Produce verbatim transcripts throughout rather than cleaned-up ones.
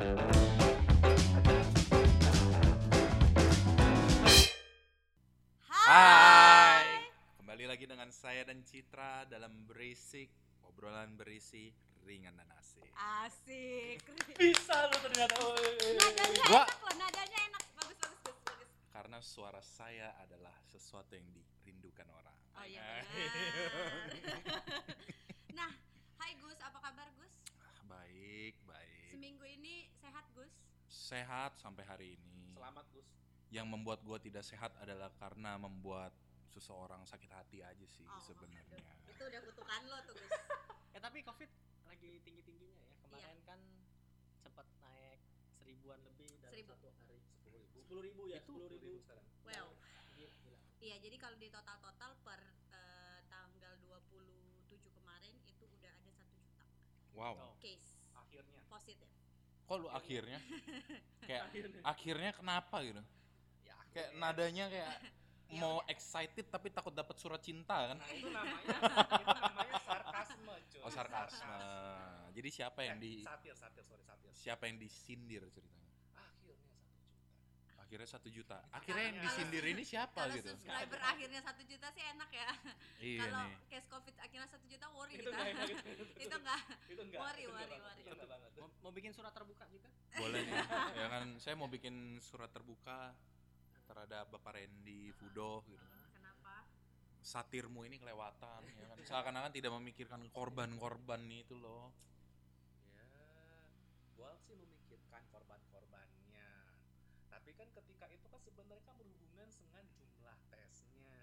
Hai, kembali lagi dengan saya dan Citra dalam berisik obrolan berisi ringan dan asik. Asik. Bisa lu ternyata. Nadanya Gua- enak loh, nadanya enak. Bagus, bagus, bagus, bagus. Karena suara saya adalah sesuatu yang dirindukan orang. Oh iya benar. Nah, hai Gus, apa kabar Gus? Baik, baik. Seminggu ini sehat Gus? Sehat sampai hari ini. Selamat Gus. Yang membuat gua tidak sehat adalah karena membuat seseorang sakit hati aja sih Oh, sebenarnya. Itu udah kutukan lo tuh Gus. Ya tapi Covid lagi tinggi-tingginya ya. Kemarin kan sempat naik seribuan lebih dalam Seribu. satu hari. Sepuluh ribu. Sepuluh ribu ya. Itu Sepuluh ribu sekarang. Well, Gila. iya jadi kalau di total-total per eh, tanggal dua puluh tujuh kemarin itu udah ada satu juta Wow. Oh. case Akhirnya. positif. Kok lu akhirnya? Kayak Akhirnya. akhirnya kenapa gitu? Ya, Kayak akhirnya. nadanya kayak Ya mau udah. excited tapi takut dapat surat cinta kan? Nah, itu namanya itu namanya sarkasme, cuy. Oh sarkasme. Jadi siapa yang di satir, satir, sorry, satir. siapa yang disindir ceritanya? Akhirnya satu juta. Akhirnya satu juta. Akhirnya yang Kalau- disindir ini siapa Kalau gitu? subscriber akhirnya satu juta sih enak ya. Iya Kalau nih. case covid akhirnya satu juta worry Itu kita. enggak enak itu. Itu enggak. Itu enggak. Worry, itu enggak worry, banget, worry. itu enggak banget. Mau, mau bikin surat terbuka juga? Boleh nih. Ya kan saya mau bikin surat terbuka terhadap Bapak Randy Fudo gitu. Kenapa? Satirmu ini kelewatan ya kan. Seakan-akan tidak memikirkan korban-korban itu loh. Ya, gua sih memikirkan korban-korbannya. Tapi kan ketika itu kan sebenarnya kan berhubungan dengan jumlah tesnya.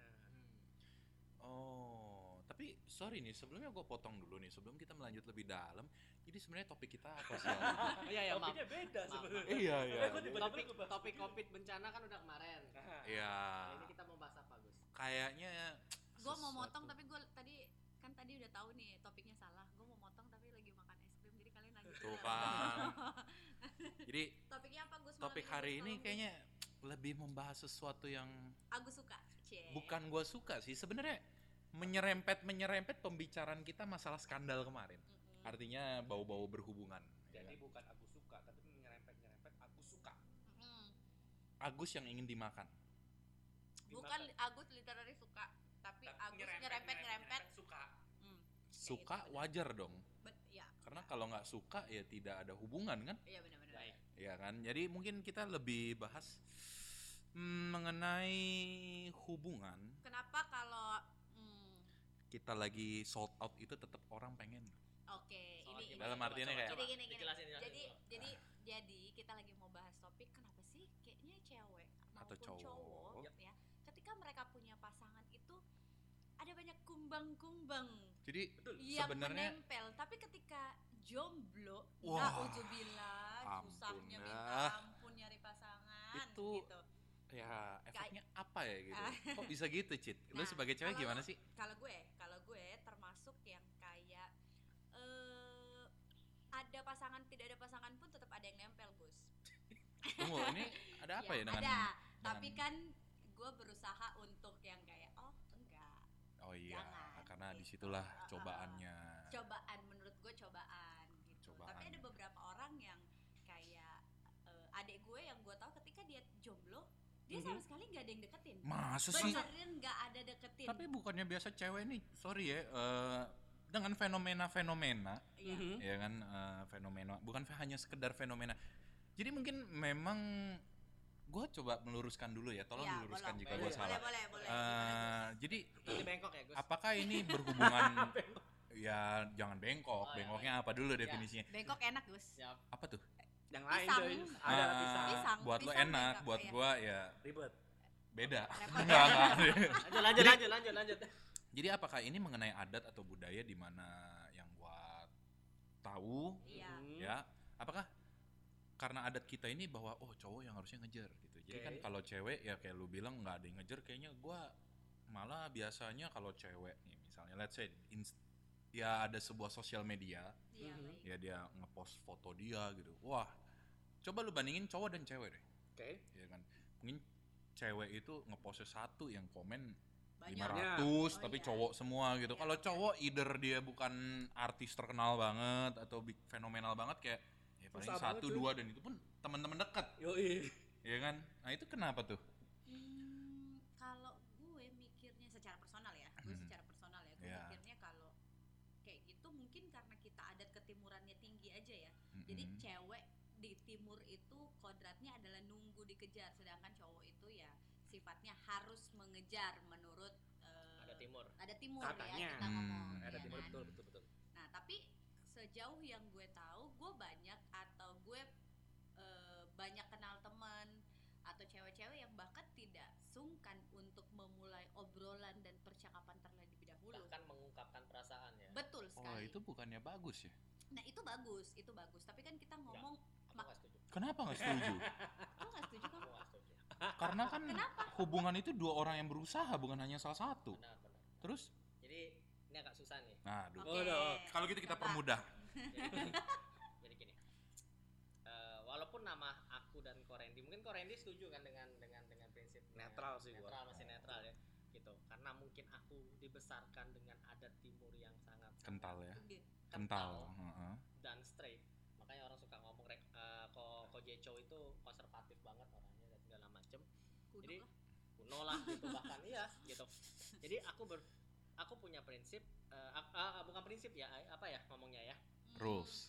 Oh, tapi sorry nih, sebelumnya gue potong dulu nih sebelum kita melanjut lebih dalam. Jadi sebenarnya topik kita apa sih? Oh iya ya maaf. Topiknya beda Maaf, sebenarnya. Iya, iya. Makanya gua tiba-tiba Topik ngebahas topik begini. covid bencana kan udah kemarin. Nah, Iya. Nah, ini kita mau bahas apa, Gus? Kayaknya Gue mau sesuatu- motong tapi gue tadi kan tadi udah tahu nih topiknya salah. Gue mau motong tapi lagi makan es krim jadi kalian lanjut. Tuh dulu. kan. Jadi Topiknya apa Gus? topik Malam hari Gus? ini Tolong, kayaknya lebih membahas sesuatu yang Gus. Agus suka. Cie. bukan gue suka sih sebenarnya, menyerempet menyerempet pembicaraan kita masalah skandal kemarin. Mm-mm. Artinya bau-bau berhubungan. ya jadi kan? bukan aku suka, tapi menyerempet-nyerempet aku suka. Mm-mm. Agus yang ingin dimakan. Bukan Dimakan. Agus literally suka, tapi Tapi Agus nyerempet nyerempet. suka. Hmm. Suka Kayak gitu, wajar dong. bener. Bet- ya. Karena kalau nggak suka ya tidak ada hubungan kan? Iya benar-benar. Baik. Ya kan? Jadi mungkin kita lebih bahas hmm, mengenai hubungan. Kenapa kalau hmm, Kita lagi sold out itu tetap orang pengen. oke, Soal ini, ini dalam Coba, artiannya coba, kayak- coba. Jadi gini, gini. Dijelasin, dijelasin jadi dulu. jadi jadi kita lagi mau bahas topik kenapa sih kayaknya cewek Atau maupun cowok. cowok ya ketika mereka punya pasangan itu ada banyak kumbang-kumbang Jadi Betul. yang sebenarnya menempel, tapi ketika jomblo Wah, na'udzubillah susahnya ampun minta dah. ampun nyari pasangan Itu- gitu. ya efeknya apa ya gitu? Ah. Kok bisa gitu, Cit? Lu Nah, sebagai cewek kalau gimana lu- sih? Kalau gue, kalau gue termasuk yang kayak eh ada pasangan tidak ada pasangan pun tetap ada yang nempel, Gus. Tunggu, ini ada apa ya, dengan ada, dengan- tapi kan gue berusaha untuk yang kayak oh enggak, Oh iya, jangan, karena gitu. disitulah Ah, ah, ah. cobaannya. cobaan menurut gue cobaan gitu. Cobaan. Tapi ada beberapa orang yang kayak eh, adik gue yang gue tahu ketika dia jomblo dia Mhm. sama sekali nggak ada yang deketin. Masa sih? Beneran nggak ada deketin. Tapi bukannya biasa cewek nih, sorry ya, eh, dengan fenomena-fenomena, Iya. Mhm. ya kan, eh, fenomena, bukan hanya sekedar fenomena. Jadi mungkin memang gue coba meluruskan dulu ya, tolong Iya, diluruskan boleh. jika Boleh, gue boleh, salah. boleh, boleh. Eh, Gimana, Gus? jadi Nanti bengkok ya, Gus? apakah ini berhubungan? Ya jangan bengkok, Oh, ya, bengkoknya apa dulu definisinya? Bengkok enak, Gus. Siap. Apa tuh? Yang lain Pisang. coy. Ada Ah, pisang. Pisang, buat lo pisang enak, bengkok, buat iya. gua ya Ribet. beda. Repot. Enggak, enggak. Lanjut, lanjut, lanjut, lanjut, lanjut. Jadi apakah ini mengenai adat atau budaya di mana yang gua tahu Iya. Mhm. ya? Apakah karena adat kita ini bahwa oh cowok yang harusnya ngejar gitu. Jadi Oke. kan kalau cewek ya kayak lu bilang nggak ada yang ngejar, kayaknya gua malah biasanya kalau cewek nih misalnya let's say inst- ya ada sebuah sosial media Iya, Mhm. baik. ya dia ngepost foto dia gitu. Wah, coba lu bandingin cowok dan cewek deh. Oke. Ya kan. Mungkin cewek itu ngepostnya satu yang komen Banyak. lima ratus Oh, tapi iya. cowok semua gitu. Iya, Kalau iya. cowok either dia bukan artis terkenal banget atau big fenomenal banget kayak ya paling Susah satu banget, cuy. dua dan itu pun teman-teman dekat, Yoi. ya kan? Nah itu kenapa tuh? Hmm, kalau gue mikirnya secara personal ya, gue Hmm. secara personal ya, gue Iya. mikirnya kalau kayak gitu mungkin karena kita adat ketimurannya tinggi aja ya. Jadi Mm-mm. cewek di timur itu kodratnya adalah nunggu dikejar, sedangkan cowok itu ya sifatnya harus mengejar menurut eh, Ada timur. ada timur Katanya. ya kita Hmm, ngomong. Ada ya timur, kan? betul betul betul. Nah tapi sejauh yang gue tahu, gue banyak atau gue eh, banyak kenal teman atau cewek-cewek yang bahkan tidak sungkan untuk memulai obrolan dan percakapan terlebih dahulu. Bahkan mengungkapkan perasaan ya. Betul Oh sekali. itu bukannya bagus ya? Nah itu bagus, itu bagus. Tapi kan kita ngomong, Aku Ma- nggak setuju. Kenapa nggak setuju? lo nggak setuju kan? Aku nggak setuju. Karena kan Kenapa? hubungan itu dua orang yang berusaha, bukan hanya salah satu. Benar benar. Terus, Jadi ini agak susah nih. nah, aduh. Oke. Waduh. Kalau gitu kita Coba. permudah. Jadi, jadi gini. Eh, walaupun nama aku dan Korendi, mungkin Korendi setuju kan dengan dengan dengan prinsip Netral sih gua. netral masih netral ya, gitu. Karena mungkin aku dibesarkan dengan adat timur yang sangat Kental ya. Oke. Kental. Heeh. dan straight. Makanya orang suka ngomong rek, eh, ko ko Jecho itu konservatif banget orangnya dan segala macem. Kuno Jadi lah. kuno lah gitu bahkan iya gitu. Jadi aku ber aku punya prinsip eh, ap- ah, bukan prinsip ya eh, apa ya ngomongnya ya. Hmm. Rules.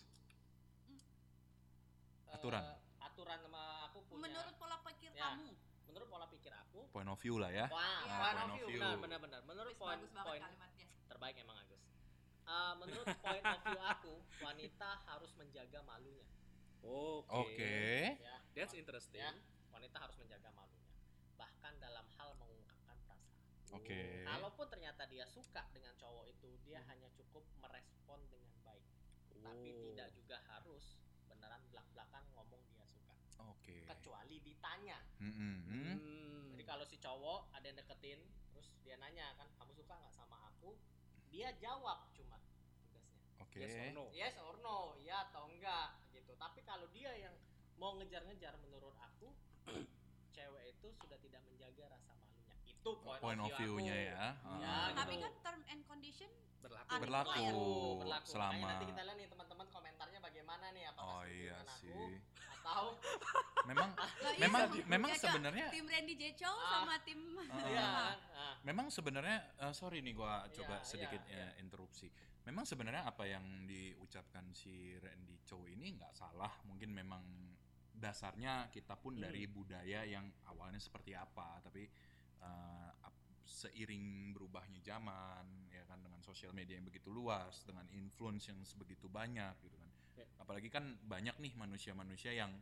Eh, Aturan. aturan sama aku punya Menurut pola pikir Ya. kamu, menurut pola pikir aku Point of view lah ya. wah Iya. point of view benar benar benar menurut Wis, poin bagus banget poin kalimatnya. terbaik emang Agus. Eh, menurut point of view aku wanita harus menjaga malunya Oke. Oke. ya. That's interesting. Ya, wanita harus menjaga malunya bahkan dalam hal mengungkapkan perasaan. Oke. Kalaupun ternyata dia suka dengan cowok itu, dia hanya cukup merespon dengan baik. Tapi Oh. tidak juga harus beneran belak-belakan ngomong dia suka. Oke. Kecuali ditanya. Mm-mm. Hmm. Jadi kalau si cowok ada yang deketin, terus dia nanya kan, kamu suka nggak sama aku? Dia jawab cuma tugasnya. Oke. Yes or no? Yes or no, ya atau enggak gitu. Tapi kalau dia yang mau ngejar-ngejar menurut aku, cewek itu sudah tidak menjaga rasa malunya. Itu point, Point of view view-nya aku. ya. Ya, Heeh. gitu. Tapi kan term and condition Berlaku. Anu Berlaku. required. berlaku. selama- Makanya nanti kita lihat nih teman-teman komentarnya bagaimana nih, apakah Oh setuju iya dengan aku sih. atau Memang Lah, iya, memang sama- memang Jeco, sebenarnya tim Randy Jecho Ah. sama tim Ah. iya sama. kan? Nah, memang sebenarnya eh, sorry nih gua Iya, coba iya, sedikit iya. eh, interupsi. Memang sebenarnya apa yang diucapkan si Randy Chow ini nggak salah. Mungkin memang dasarnya kita pun Hmm. dari budaya yang awalnya seperti apa, tapi eh, ap- seiring berubahnya zaman ya kan dengan sosial media yang begitu luas, dengan influence yang sebegitu banyak gitu kan. Ya. Apalagi kan banyak nih manusia-manusia yang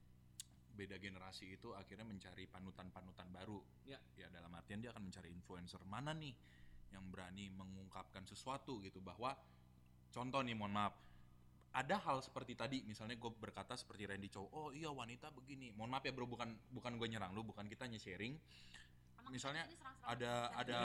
beda generasi itu akhirnya mencari panutan-panutan baru. Ya. Ya dalam artian dia akan mencari influencer mana nih yang berani mengungkapkan sesuatu gitu, bahwa contoh nih, mohon maaf, ada hal seperti tadi misalnya gue berkata seperti Randy Chow, oh iya wanita begini, mohon maaf ya bro, bukan bukan gue nyerang lu, bukan kita sharing. Emang Misalnya kita di sini serang-serang ada terus, ada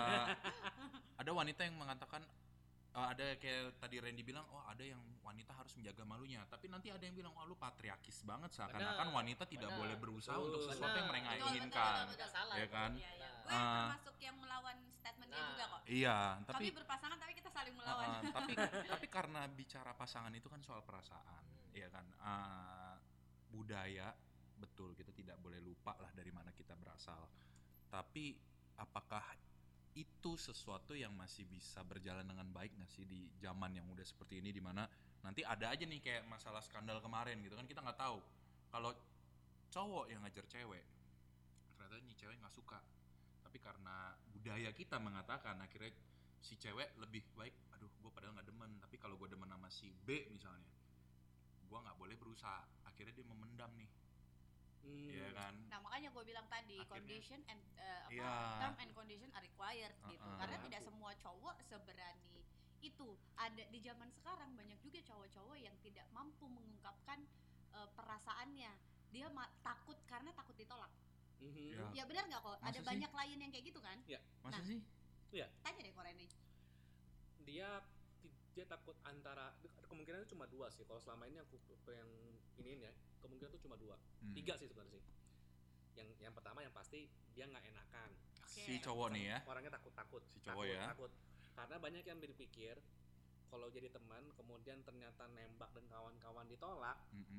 ada wanita yang mengatakan eh, ada kayak tadi Randy bilang, oh ada yang wanita harus menjaga malunya, tapi nanti ada yang bilang, oh lu patriarkis banget, seakan-akan Benar, wanita tidak benar. boleh berusaha Betul, untuk sesuatu yang benar. mereka Betul, betul, inginkan. betul, betul. nggak salah Ya itu. kan? Iya, iya. Nah, Gue Ah. termasuk yang melawan statementnya Nah. juga kok. Iya, Kami tapi berpasangan tapi kita saling melawan. Uh, tapi tapi karena bicara pasangan itu kan soal perasaan, Hmm. ya kan. Uh, budaya, betul, kita tidak boleh lupa lah dari mana kita berasal. Tapi apakah itu sesuatu yang masih bisa berjalan dengan baik nggak sih di zaman yang udah seperti ini, di mana nanti ada aja nih kayak masalah skandal kemarin gitu kan, kita nggak tahu kalau cowok yang ngajar cewek ternyata nih cewek nggak suka, tapi karena budaya kita mengatakan akhirnya si cewek lebih baik, aduh gue padahal nggak demen, tapi kalau gue demen sama si B misalnya, gue nggak boleh berusaha, akhirnya dia memendam nih. Hmm. Iya kan. Nah makanya gue bilang tadi Akhirnya- condition and eh, apa Iya. term and condition are required gitu, Uh-uh. karena Berlaku. tidak semua cowok seberani itu. Ada di zaman sekarang banyak juga cowok-cowok yang tidak mampu mengungkapkan eh, perasaannya, dia ma- takut karena takut ditolak. Mhm. Ya. Ya benar nggak kok? Masa Ada sih? banyak klien yang kayak gitu kan? Masa Nah. sih? Tanya deh Korendi. Dia dia takut antara kemungkinan itu cuma dua sih. Kalau selama ini aku yang iniin ya, kemungkinan itu cuma dua. Hmm. Tiga sih sebenarnya sih. Yang yang pertama yang pasti dia nggak enakan. Si cowok nih ya. Orangnya takut-takut. Si cowok takut, ya. Takut. Karena banyak yang berpikir kalau jadi teman kemudian ternyata nembak dan kawan-kawan ditolak, Mm-mm.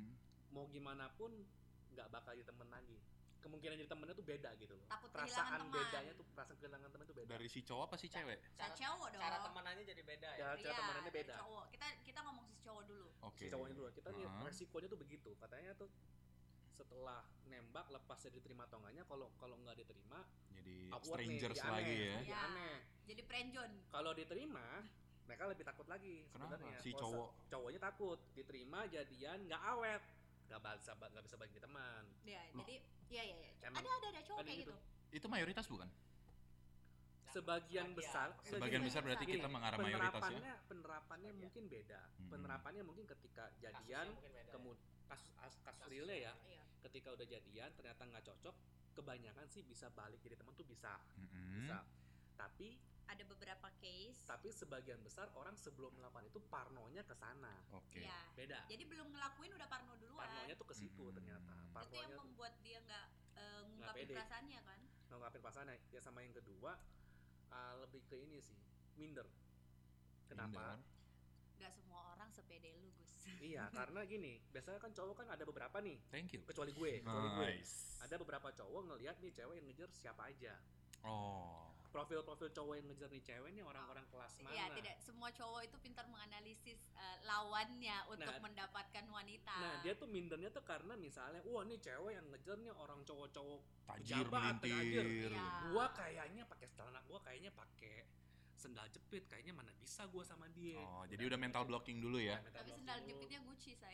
mau gimana pun nggak bakal jadi temen lagi. Kemungkinan jadi temennya tuh beda gitu loh. Takut Perasaan kehilangan teman. bedanya tuh, perasaan kehilangan teman tuh beda. Dari si cowok apa si cewek? Saya cowok dong. Cara temenannya jadi beda ya. Ya, cara Iya, temenannya beda. Cowok. Kita kita ngomong si cowok dulu. Oke. Si cowoknya dulu. Kita nih Uh-huh. resikonya tuh begitu. Katanya tuh setelah nembak lepasnya diterima atau enggaknya, kalau kalau nggak diterima Jadi awkward nih, strangers jadi lagi aneh, ya. jadi Ya. aneh. Jadi prenjon. Kalau diterima mereka lebih takut lagi Kenapa? sebenarnya. Si Kalau cowok? se- cowoknya takut diterima jadian nggak awet, nggak bisa nggak bisa bagi teman. Ya, Loh. jadi iya iya iya. Emang Ada ada ada cowok ada kayak gitu. gitu. Itu mayoritas bukan? Sebagian besar, Sebagian besar berarti gini, kita mengarah mayoritas ya. penerapannya penerapannya Sebagian. mungkin beda. Mm-mm. Penerapannya mungkin ketika Kasusnya jadian, mungkin beda ya. kemudian kasus kasus Kasusnya. realnya ya, Iya. ketika udah jadian ternyata nggak cocok, kebanyakan sih bisa balik jadi teman tuh bisa, Mm-mm. bisa. Tapi Ada beberapa case. tapi sebagian besar orang sebelum melakukan itu parnonya ke sana. Oke. Iya. Beda. Jadi belum ngelakuin udah parno duluan. Parnonya tuh ke situ Mm-mm. ternyata. Itu yang Parnonya tuh membuat dia nggak eh, ngungkapin pede. perasaannya kan. ngungkapin perasaannya. Ya sama yang kedua, uh, lebih ke ini sih, minder. Kenapa? Minder. Nggak semua orang sepede lu, Gus. Iya, karena gini, biasanya kan cowok kan ada beberapa nih, Thank you. kecuali gue, kecuali gue. Nice. Ada beberapa cowok ngelihat nih cewek yang ngejar siapa aja. Oh. Profil-profil cowok yang ngejar nih cewek nih orang-orang kelas mana. Iya, tidak semua cowok itu pintar menganalisis eh, lawannya untuk Nah, mendapatkan wanita. Nah, dia tuh mindernya tuh karena misalnya, wah nih cewek yang ngejar nih orang cowok-cowok Tajir pejabat, tajir. melintir. Iya. Gua kayaknya pakai celana, gua kayaknya pakai sendal jepit, kayaknya mana bisa gua sama dia. Oh, jadi udah mental blocking dulu ya. mental Tapi blocking sendal dulu. jepitnya Gucci saya.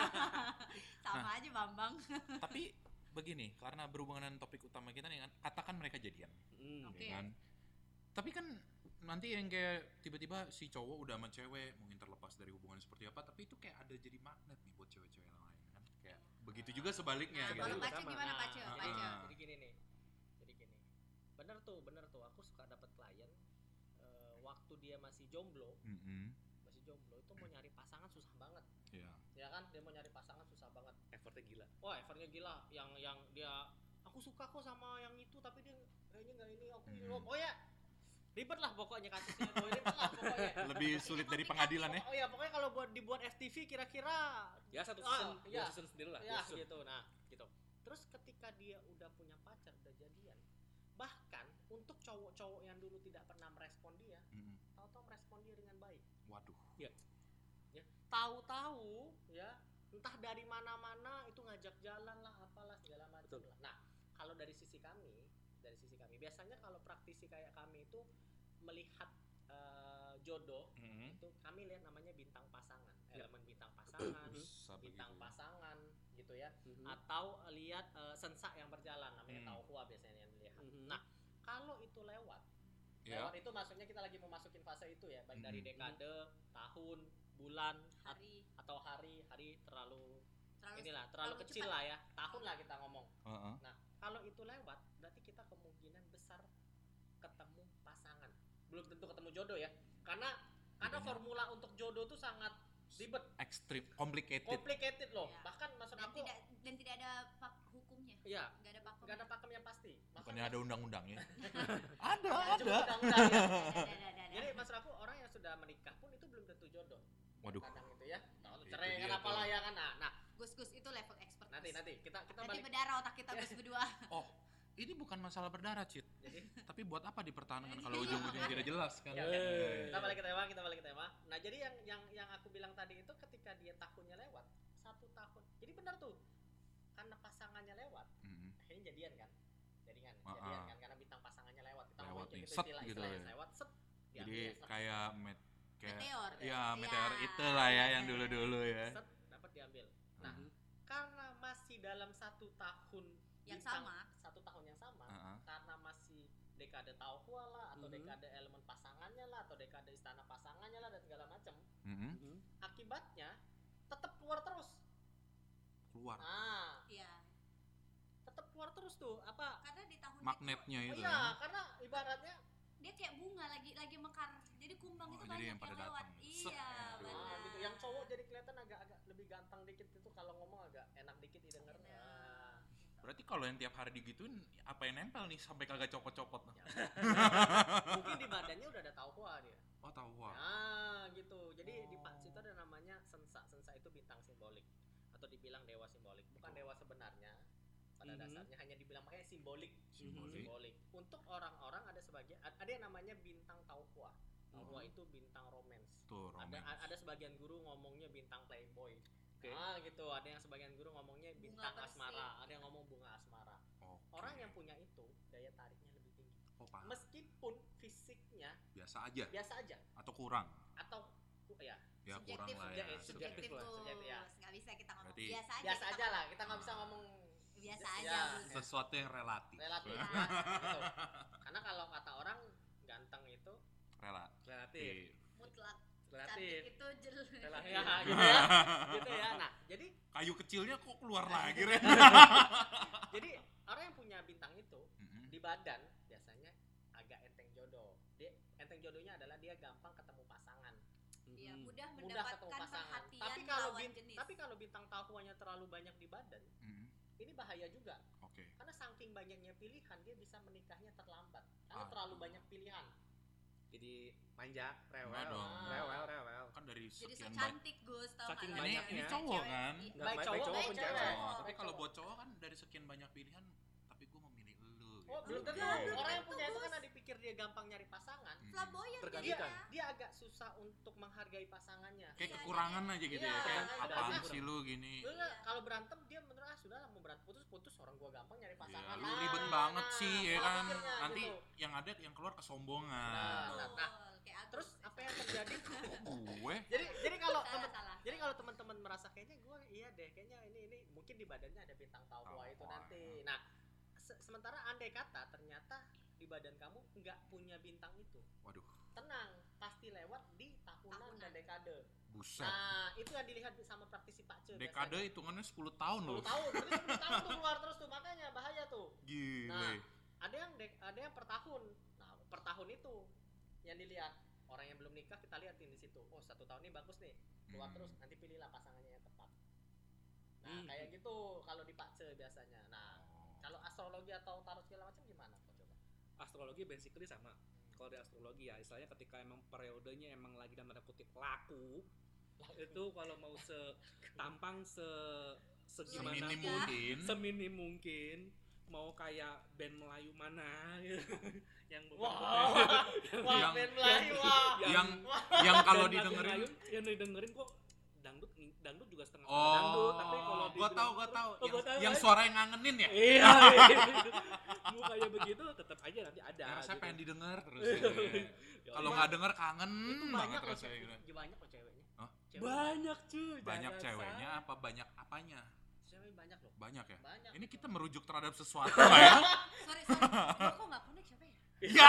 Sama aja Bambang. Tapi begini, karena berhubungan dengan topik utama kita nih kan, katakan mereka jadian, Hmm. Oke. ya kan? Tapi kan nanti yang kayak tiba-tiba si cowok udah sama cewek mungkin terlepas dari hubungan seperti apa, tapi itu kayak ada jadi magnet nih buat cewek-cewek yang lain kan. Kayak begitu juga sebaliknya Nah, gitu. kalau juga Pace sama. gimana Nah, Pace? Ah, Pace. ah. Jadi gini nih, jadi gini. Bener tuh, bener tuh. Aku suka dapat klien eh, waktu dia masih jomblo, Mm-mm. masih jomblo itu mau nyari pasangan susah banget, Iya. ya kan? Dia mau nyari pasangan susah banget. Effortnya gila. Wah, effortnya gila. Yang yang dia, aku suka kok sama yang itu, tapi dia kayaknya nggak ini. Aku Hmm. oh, oh ya, ribet lah pokoknya kasusnya. Oh, ribet lah pokoknya. Lebih sulit dari pengadilan ya. Oh iya, pokoknya kalau buat dibuat F T V kira-kira Ya satu Ah, season, dua iya. season sendiri lah. ya dua season. gitu. Nah, gitu. Terus ketika dia udah punya pacar, udah jadian, bahkan untuk cowok-cowok yang dulu tidak pernah merespon dia, Mm-mm. tahu-tahu merespon dia dengan baik. Waduh. Ya, tahu-tahu ya, entah dari mana-mana itu ngajak jalan lah, apalah segala macam Betul. lah. Nah, kalau dari sisi kami, dari sisi kami, biasanya kalau praktisi kayak kami itu melihat eh, jodoh, Mm-mm. itu kami lihat namanya bintang pasangan, Ya. elemen bintang pasangan, Bisa bintang begitu. pasangan, gitu ya. Mhm. Atau lihat eh, sensa yang berjalan, namanya Hmm. tauhua biasanya yang dilihat. Mhm. Nah, kalau itu lewat, Ya. lewat itu maksudnya kita lagi memasukin fase itu ya, baik dari Mhm. dekade, tahun, bulan, at- Hari atau hari, hari terlalu terlalu inilah, terlalu, terlalu kecil cepat. lah ya, tahun lah kita ngomong. Heeh. Nah, kalau itu lewat, berarti kita kemungkinan besar ketemu pasangan. Belum tentu ketemu jodoh ya, karena karena Banyak. formula untuk jodoh tuh sangat ribet, Ekstrim, complicated. complicated loh. Iya. Bahkan maksud dan aku, tidak dan tidak ada pak hukumnya. iya, Nggak ada pakem. nggak ada pakem yang pasti. Bukannya ada undang-undangnya? ada, Jangan ada. sebut undang-undang ya. Ada, ada, ada, ada. Jadi maksud aku orang yang sudah menikah pun itu belum tentu jodoh. Waduh. Kadang itu ya. Tahu Itu cerai dia kan apalah tuh. ya kan. Nah, nah, Gus Gus itu level expert. nanti Gus. nanti kita kita Nanti balik. berdarah otak kita Gus berdua. Oh, ini bukan masalah berdarah, Cit. Jadi Tapi buat apa dipertahankan kalau ujung-ujung tidak jelas kan? Ya, oke. Eh. kita balik ke tema, kita balik ke tema. Nah, jadi yang yang yang aku bilang tadi itu ketika dia tahunnya lewat, satu tahun. Jadi benar tuh. Karena pasangannya lewat, Mm-mm. akhirnya jadian kan. Jadian, Ah, jadian ah. kan karena bintang pasangannya lewat. Kita Lewat ngomongin nih, gitu set istilah gitu istilahnya ya. lewat set. Jadi diambil, set, kayak met kayak Meteor. ya Iya. meteor itulah ya yang dulu-dulu ya. set dapat diambil. Nah, Mhm. karena masih dalam satu tahun Yang bintang- sama. satu tahun yang sama, Heeh. karena masih dekade tauhua lah atau Mhm. dekade elemen pasangannya lah atau dekade istana pasangannya lah dan segala macam, Mm-mm. Mhm. akibatnya tetap keluar terus. Keluar Ah, Iya. tetap keluar terus tuh apa? Karena di tahun magnetnya Oh itu. iya, ya. karena ibaratnya itu dia kayak bunga lagi lagi mekar. Jadi kumbang Oh, itu jadi banyak yang pada lewat. datang. Set. Iya, Aduh. benar. ah, gitu. Yang cowok jadi kelihatan agak-agak lebih ganteng dikit itu kalau ngomong agak enak dikit didengar. Benar. Ah. Berarti kalau yang tiap hari digituin apa yang nempel nih sampai kagak copot-copot? Ya, mungkin di badannya udah ada tauhua dia. Oh, tahu wah. Nah, gitu. Jadi di Oh. Pak situ ada namanya sensa. Sensa itu bintang simbolik atau atau dibilang dewa simbolik. Bukan Betul. dewa sebenarnya. Pada Mhm. dasarnya hanya dibilang makanya simbolik. Simbolik. Simbolik. Untuk orang-orang ada sebagian ada yang namanya bintang Tauhua. Tauhua Mhm. itu bintang romance. Tuh, Ada romance. ada sebagian guru ngomongnya bintang playboy. Oke. Ah gitu. Ada yang sebagian guru ngomongnya bintang Persik. asmara. Ada yang ngomong bunga asmara. Oke. Orang yang punya itu daya tariknya lebih tinggi. Oh, paham. Meskipun fisiknya Biasa aja biasa aja atau kurang? atau ya Ya Subjektif, kurang lah ya. subjektif, subjektif lah, Gus. subjektif, ya. Nggak bisa kita ngomong Berarti- biasa aja. biasa kita aja lah. ngomong. Kita nggak bisa Ah. ngomong Biasa Ya. aja Gus. Sesuatu yang relatif. relatif. ya, gitu. Karena kalau kata orang ganteng itu Relatif. Relatif. Mutlak. Relatif. Cantik itu jelek. Relatif. ya gitu ya. Gitu ya. Nah, jadi Kayu kecilnya kok keluar lagi, Ren? jadi orang yang punya bintang itu Mm-mm. di badan biasanya agak enteng jodoh. Dia enteng jodohnya adalah dia gampang ketemu pasangan. Iya, Mhm. mudah Mudah mendapatkan ketemu pasangan. perhatian Tapi kalau lawan bin, jenis. tapi kalau bintang tahuannya terlalu banyak di badan, Mm-mm. ini bahaya juga. Oke. Karena saking banyaknya pilihan dia bisa menikahnya terlambat. Karena Aduh. terlalu banyak pilihan. Jadi manja, rewel, Enggak dong. rewel, rewel. Kan dari Jadi so sekian banyak. cantik Gus, tau Saking nggak? Ini banyaknya. ini Cewek- cowok cewek- kan? Iya, Nggak, Baik baik cowok, cowok baik pun cewek. cewek. Oh, tapi Baik kalau cowok. buat cowok kan dari sekian banyak pilihan, tapi gue memilih lu. Oh, gitu. belum tentu. Enggak, belum Orang yang tentu, punya itu Gus. karena dipikir dia gampang nyari pasangan. Mm-mm. Flamboyan Tergantikan. jadinya. Dia agak susah untuk menghargai pasangannya. Kayak Iya, kekurangan aja gitu Iya, ya. Kayak ada apaan aja sih lu gini? Lu nggak, Iya. kalau berantem dia menurut ah sudah lah, mau berantem putus-putus orang gua gampang nyari Ya, pasangan. lu Nah, ribet banget nah, sih ya pola kan. pikirnya Nanti gitu. yang ada yang keluar kesombongan. Nah, Betul. nah. Kayak Agus. Terus apa yang terjadi? Oh, gue jadi jadi kalau Salah, temen salah. jadi kalau teman-teman merasa kayaknya gue iya deh kayaknya ini ini mungkin di badannya ada bintang Tauhua itu Tauhua, nanti. ya. Nah, se- sementara andai kata ternyata di badan kamu nggak punya bintang itu, waduh, tenang, pasti lewat di tahunan, Tahunan. dan dekade. buset. Nah, itu yang dilihat sama praktisi Pak Ce. Dekade hitungannya sepuluh tahun loh. sepuluh tahun, berarti sepuluh tahun tuh keluar terus tuh, makanya bahaya tuh. Gile. Nah, ada yang dek, ada yang per tahun. Nah, per tahun itu yang dilihat. Orang yang belum nikah kita lihatin di situ. Oh, satu tahun ini bagus nih. Keluar Hmm. terus, nanti pilihlah pasangannya yang tepat. Nah, Hmm. kayak gitu kalau di Pak Ce biasanya. Nah, Oh. kalau astrologi atau tarot segala macam gimana kok coba? Astrologi basically sama. Kalau di astrologi ya, istilahnya ketika emang periodenya emang lagi dalam tanda kutip laku, itu kalau mau se tampang se segimana Seminim Gimana? mungkin. seminim mungkin, mau kayak band Melayu mana gitu. yang bukan Wah, wah, Yang- band Melayu, wah. yang Wah. yang kalau band lagu didengerin Melayu, yang didengerin kok dangdut dangdut juga setengah oh, dangdut, tapi kalau gua tahu gua tahu Oh, gua yang, tahu, yang kan? suara yang ngangenin ya. iya, mau kayak begitu tetap aja nanti ada. Ya, rasanya gitu. pengen didengar terus. gitu ya. Ya Kalau Allah, nggak denger kangen Itu banget banyak loh, rasanya gitu. cewek- banyak loh ceweknya. Hah? Cewek banyak cuy, Banyak jangan ceweknya salah. apa banyak apanya? Cewek banyak loh. Banyak ya? Banyak. Ini kita merujuk terhadap sesuatu nggak ya? Sorry, sorry. Gua kok nggak connect siapa ya? Ya.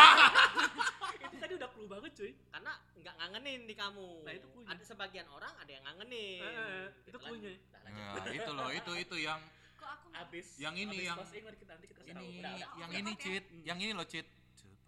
Itu tadi udah clue banget cuy. Karena nggak ngangenin di kamu. Nah, itu clue-nya. Ada sebagian orang ada yang ngangenin. Eh, Gitu, itu lanjut. clue-nya. Nah, lanjut. Nah, itu loh, itu itu yang Kok aku nggak? Abis Yang ini, abis yang- closing nanti kita nanti kita kasih tahu. ini Udah, udah. yang udah, ini udah. cheat, Hmm. yang ini loh cheat.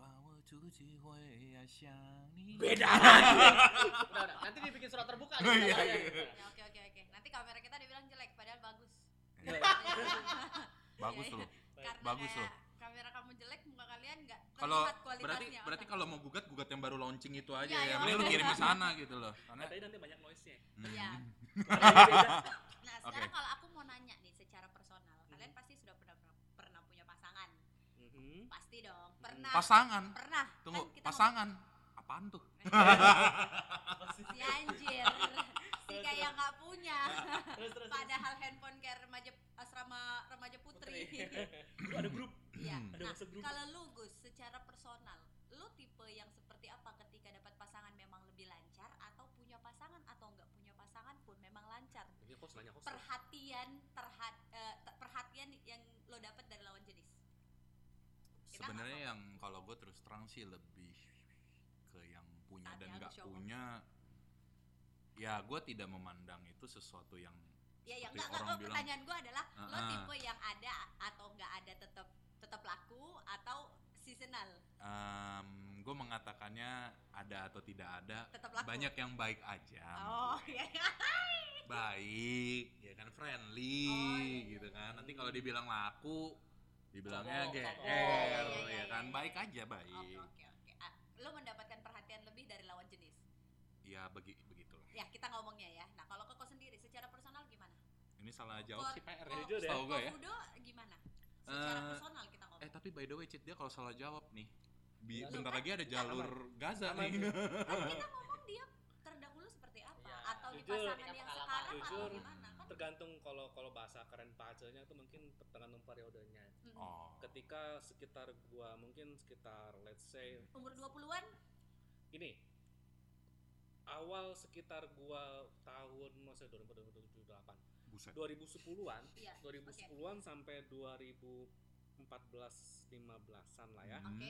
Beda. Beda. Udah, udah. Nanti dibikin surat terbuka. Oh, gitu, iya, ya. iya. Ya, oke oke oke. Nanti kamera kita dibilang jelek padahal bagus. Iya. Bagus Iya, loh. iya. Karena Bagus kayak loh. kamera kamu jelek, muka kalian nggak Kalau terlihat kualitasnya. berarti berarti apa. kalau mau gugat gugat yang baru launching itu aja Iya, ya. iya. Mending lu kirim ke sana gitu loh. Karena Katanya nanti banyak noise-nya. Hmm. Iya. Beda. Nah, Oke. sekarang kalau aku mau nanya nih secara personal, kalian pasti sudah pernah pernah punya pasangan. Mhm. Pasti dong. Pernah. Pasangan. Pernah. Tunggu, Kan kita pasangan. Apaan tuh? ngomong- Si anjir. Si kayak nggak punya. Terus terus. Padahal handphone kayak remaja asrama remaja putri. Lu ada grup. Iya. Hmm. Ada Nah, WhatsApp grup. kalau lu Gus, secara personal, lu tipe yang seperti apa ketika dapat pasangan memang lebih lancar atau punya pasangan atau nggak punya pasangan pun memang lancar? Ini host nanya host. Perhatian terhad eh, te- perhatian yang lo dapat dari lawan jenis. Kita Sebenarnya nggak yang kalau gue terus terang sih lebih ke yang punya Saatnya dan aku nggak show off. punya. Ya gue tidak memandang itu sesuatu yang Ya yang seperti enggak orang enggak bilang. pertanyaan gue adalah lo Uh-uh. tipe yang ada atau enggak ada tetap tetap laku atau seasonal? gue mengatakannya ada atau tidak ada. Tetap laku. Banyak yang baik aja. Oh iya. Baik, ya kan friendly Oh, iya, gitu iya. kan. Nanti kalau dibilang laku, dibilangnya Sombong, G R, sombong. Iya, iya, iya, ya kan. iya. Baik aja, Oke baik. oke oke. Ah, lo mendapatkan perhatian lebih dari lawan jenis. Ya begi begitulah. Ya kita ngomongnya ya. Nah kalau Koko sendiri secara personal gimana? Ini salah jawab sih P R ya. Jujur ya. Setahu gue ya. Kofudo gimana? Secara Eh, personal kita ngomong. Eh tapi by the way Cid, dia kalau salah jawab nih, bi- Ya, bentar kan? lagi ada jalur Gaza Aman. nih. Kan kita ngomong dia terdahulu seperti apa Ya, atau di jujur, pasangan kita yang pengalaman. sekarang atau Jujur. gimana kan? Tergantung kalau kalau bahasa keren pacenya itu mungkin tergantung periodenya. Mm-mm. Oh. Ketika sekitar gua mungkin sekitar let's say Umur dua puluhan? gini. Awal sekitar gua tahun masa dua ribu tujuh delapan Buset. dua ribu sepuluhan Iya. dua ribu sepuluhan sampai dua ribu empat belas lima belasan lah ya. Hmm. Oke.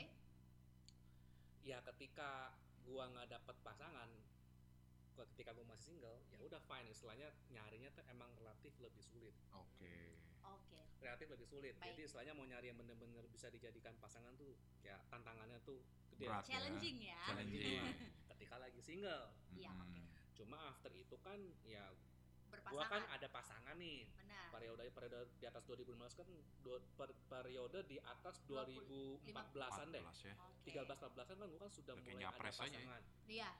Ya ketika gua nggak dapet pasangan, gua ketika gua masih single, ya udah fine, istilahnya nyarinya tuh emang relatif lebih sulit. Oke. Oke. Relatif lebih sulit. Baik. Jadi istilahnya mau nyari yang bener-bener bisa dijadikan pasangan tuh kayak tantangannya tuh gede. Berat. ya. Challenging ya. Challenging. Ketika lagi single. Iya, Mm-mm. oke. Cuma after itu kan ya Berpasangan. gua kan ada pasangan nih. Benar. Periode periode di atas dua ribu lima belas kan dua, per, periode di atas dua ribu empat belasan deh. empat belas ya. Oke. tiga belas empat belasan kan gua kan sudah Udah kayak mulai ada nyapres aja ya. pasangan Iya.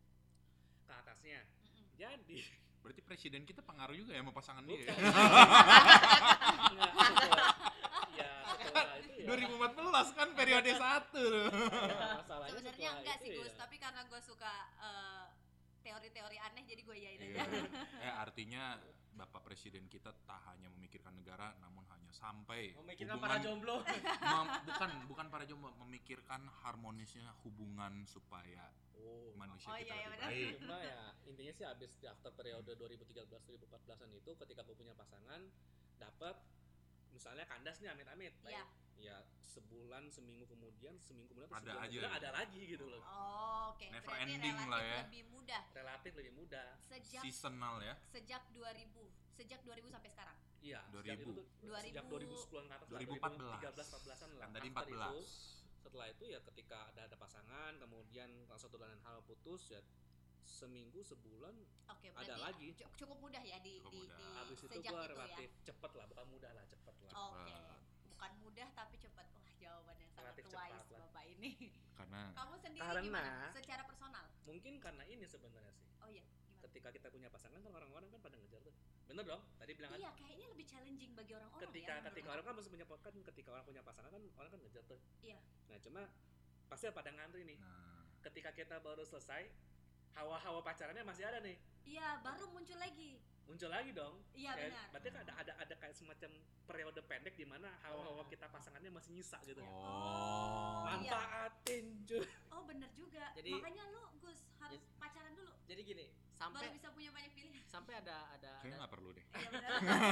ke atasnya. Mm-mm. Jadi Berarti presiden kita pengaruh juga ya sama pasangan dia. Bukan. ya? Nggak, setelah- ya setelah itu ya. dua ribu empat belas kan periode satu tuh. Ya, masalahnya Sebenarnya setelah enggak itu sih ya. Gus, tapi karena gue suka eh, teori-teori aneh jadi gue yain Iya. aja. Eh artinya Bapak Presiden kita tak hanya memikirkan negara, namun hanya sampai Memikirkan hubungan- para jomblo. mem- bukan bukan para jomblo, memikirkan harmonisnya hubungan supaya Oh. manusia Oh, kita iya, iya, lebih benar. baik. Cuma ya intinya sih abis di after periode dua ribu tiga belas dua ribu empat belasan itu ketika gue punya pasangan dapat misalnya kandas nih amit-amit. Iya. Ya sebulan seminggu kemudian seminggu kemudian atau Ada sebulan aja kemudian gitu. ada lagi gitu loh. Oh, oke. Never Berarti ending relatif lah ya. lebih mudah Relatif lebih mudah. sejak Seasonal ya. sejak dua ribu, sejak dua ribu sampai sekarang. Iya. dua sejak ribu. itu tuh, dua sejak ribu. dua ribu sepuluh ke atas. dua ribu empat belas. tiga belas empat belasan lah. Kan tadi After empat belas. itu, setelah itu ya ketika ada ada pasangan kemudian kalau satu dan hal putus ya seminggu sebulan Oke, Ada berarti lagi. cu- cukup mudah ya di Cukup di, mudah. di habis itu sejak gua itu relatif ya. cepet lah, bukan mudah lah, cepet lah. Oke. Cepat. Bukan mudah tapi cepat. Wah, jawaban yang sangat Relatif wise cepat lah. Bapak ini. Karena Kamu sendiri Karena- gimana? Secara personal. Mungkin karena ini sebenarnya sih. Oh iya, gimana? Ketika kita punya pasangan kan orang-orang kan pada ngejar tuh. Bener dong? Tadi bilang kan Iya, kayaknya lebih challenging bagi orang-orang ketika ya. ketika menurut orang kan masih punya kan ketika orang punya pasangan kan orang kan ngejar tuh. Iya. Nah, cuma pasti pada ngantri nih. nah, Ketika kita baru selesai hawa-hawa pacarannya masih ada nih. Iya, baru muncul lagi. Muncul lagi dong. Iya, Ya, benar. berarti kan ada ada ada kayak semacam periode pendek di mana hawa-hawa kita pasangannya masih nyisa gitu. oh. iya. Manfaatin cuy. Oh, bener juga. Jadi- Makanya lu Gus harus Jadi- pacaran dulu Jadi gini, baru sampai bisa punya banyak pilihan. sampai ada ada, Kayaknya ada nggak perlu deh. Iya benar.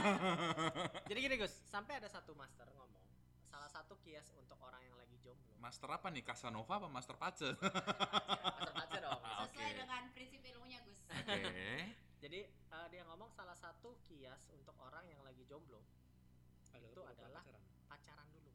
jadi gini Gus, sampai ada satu master ngomong salah satu kias untuk orang yang lagi jomblo. Master apa nih? Casanova apa Master Pace? Master baca dong. Ah, Sesuai oke. dengan prinsip ilmunya Gus. Oke. Jadi eh, dia ngomong salah satu kias untuk orang yang lagi jomblo Adalah Itu pura-pura adalah pacaran. pacaran dulu.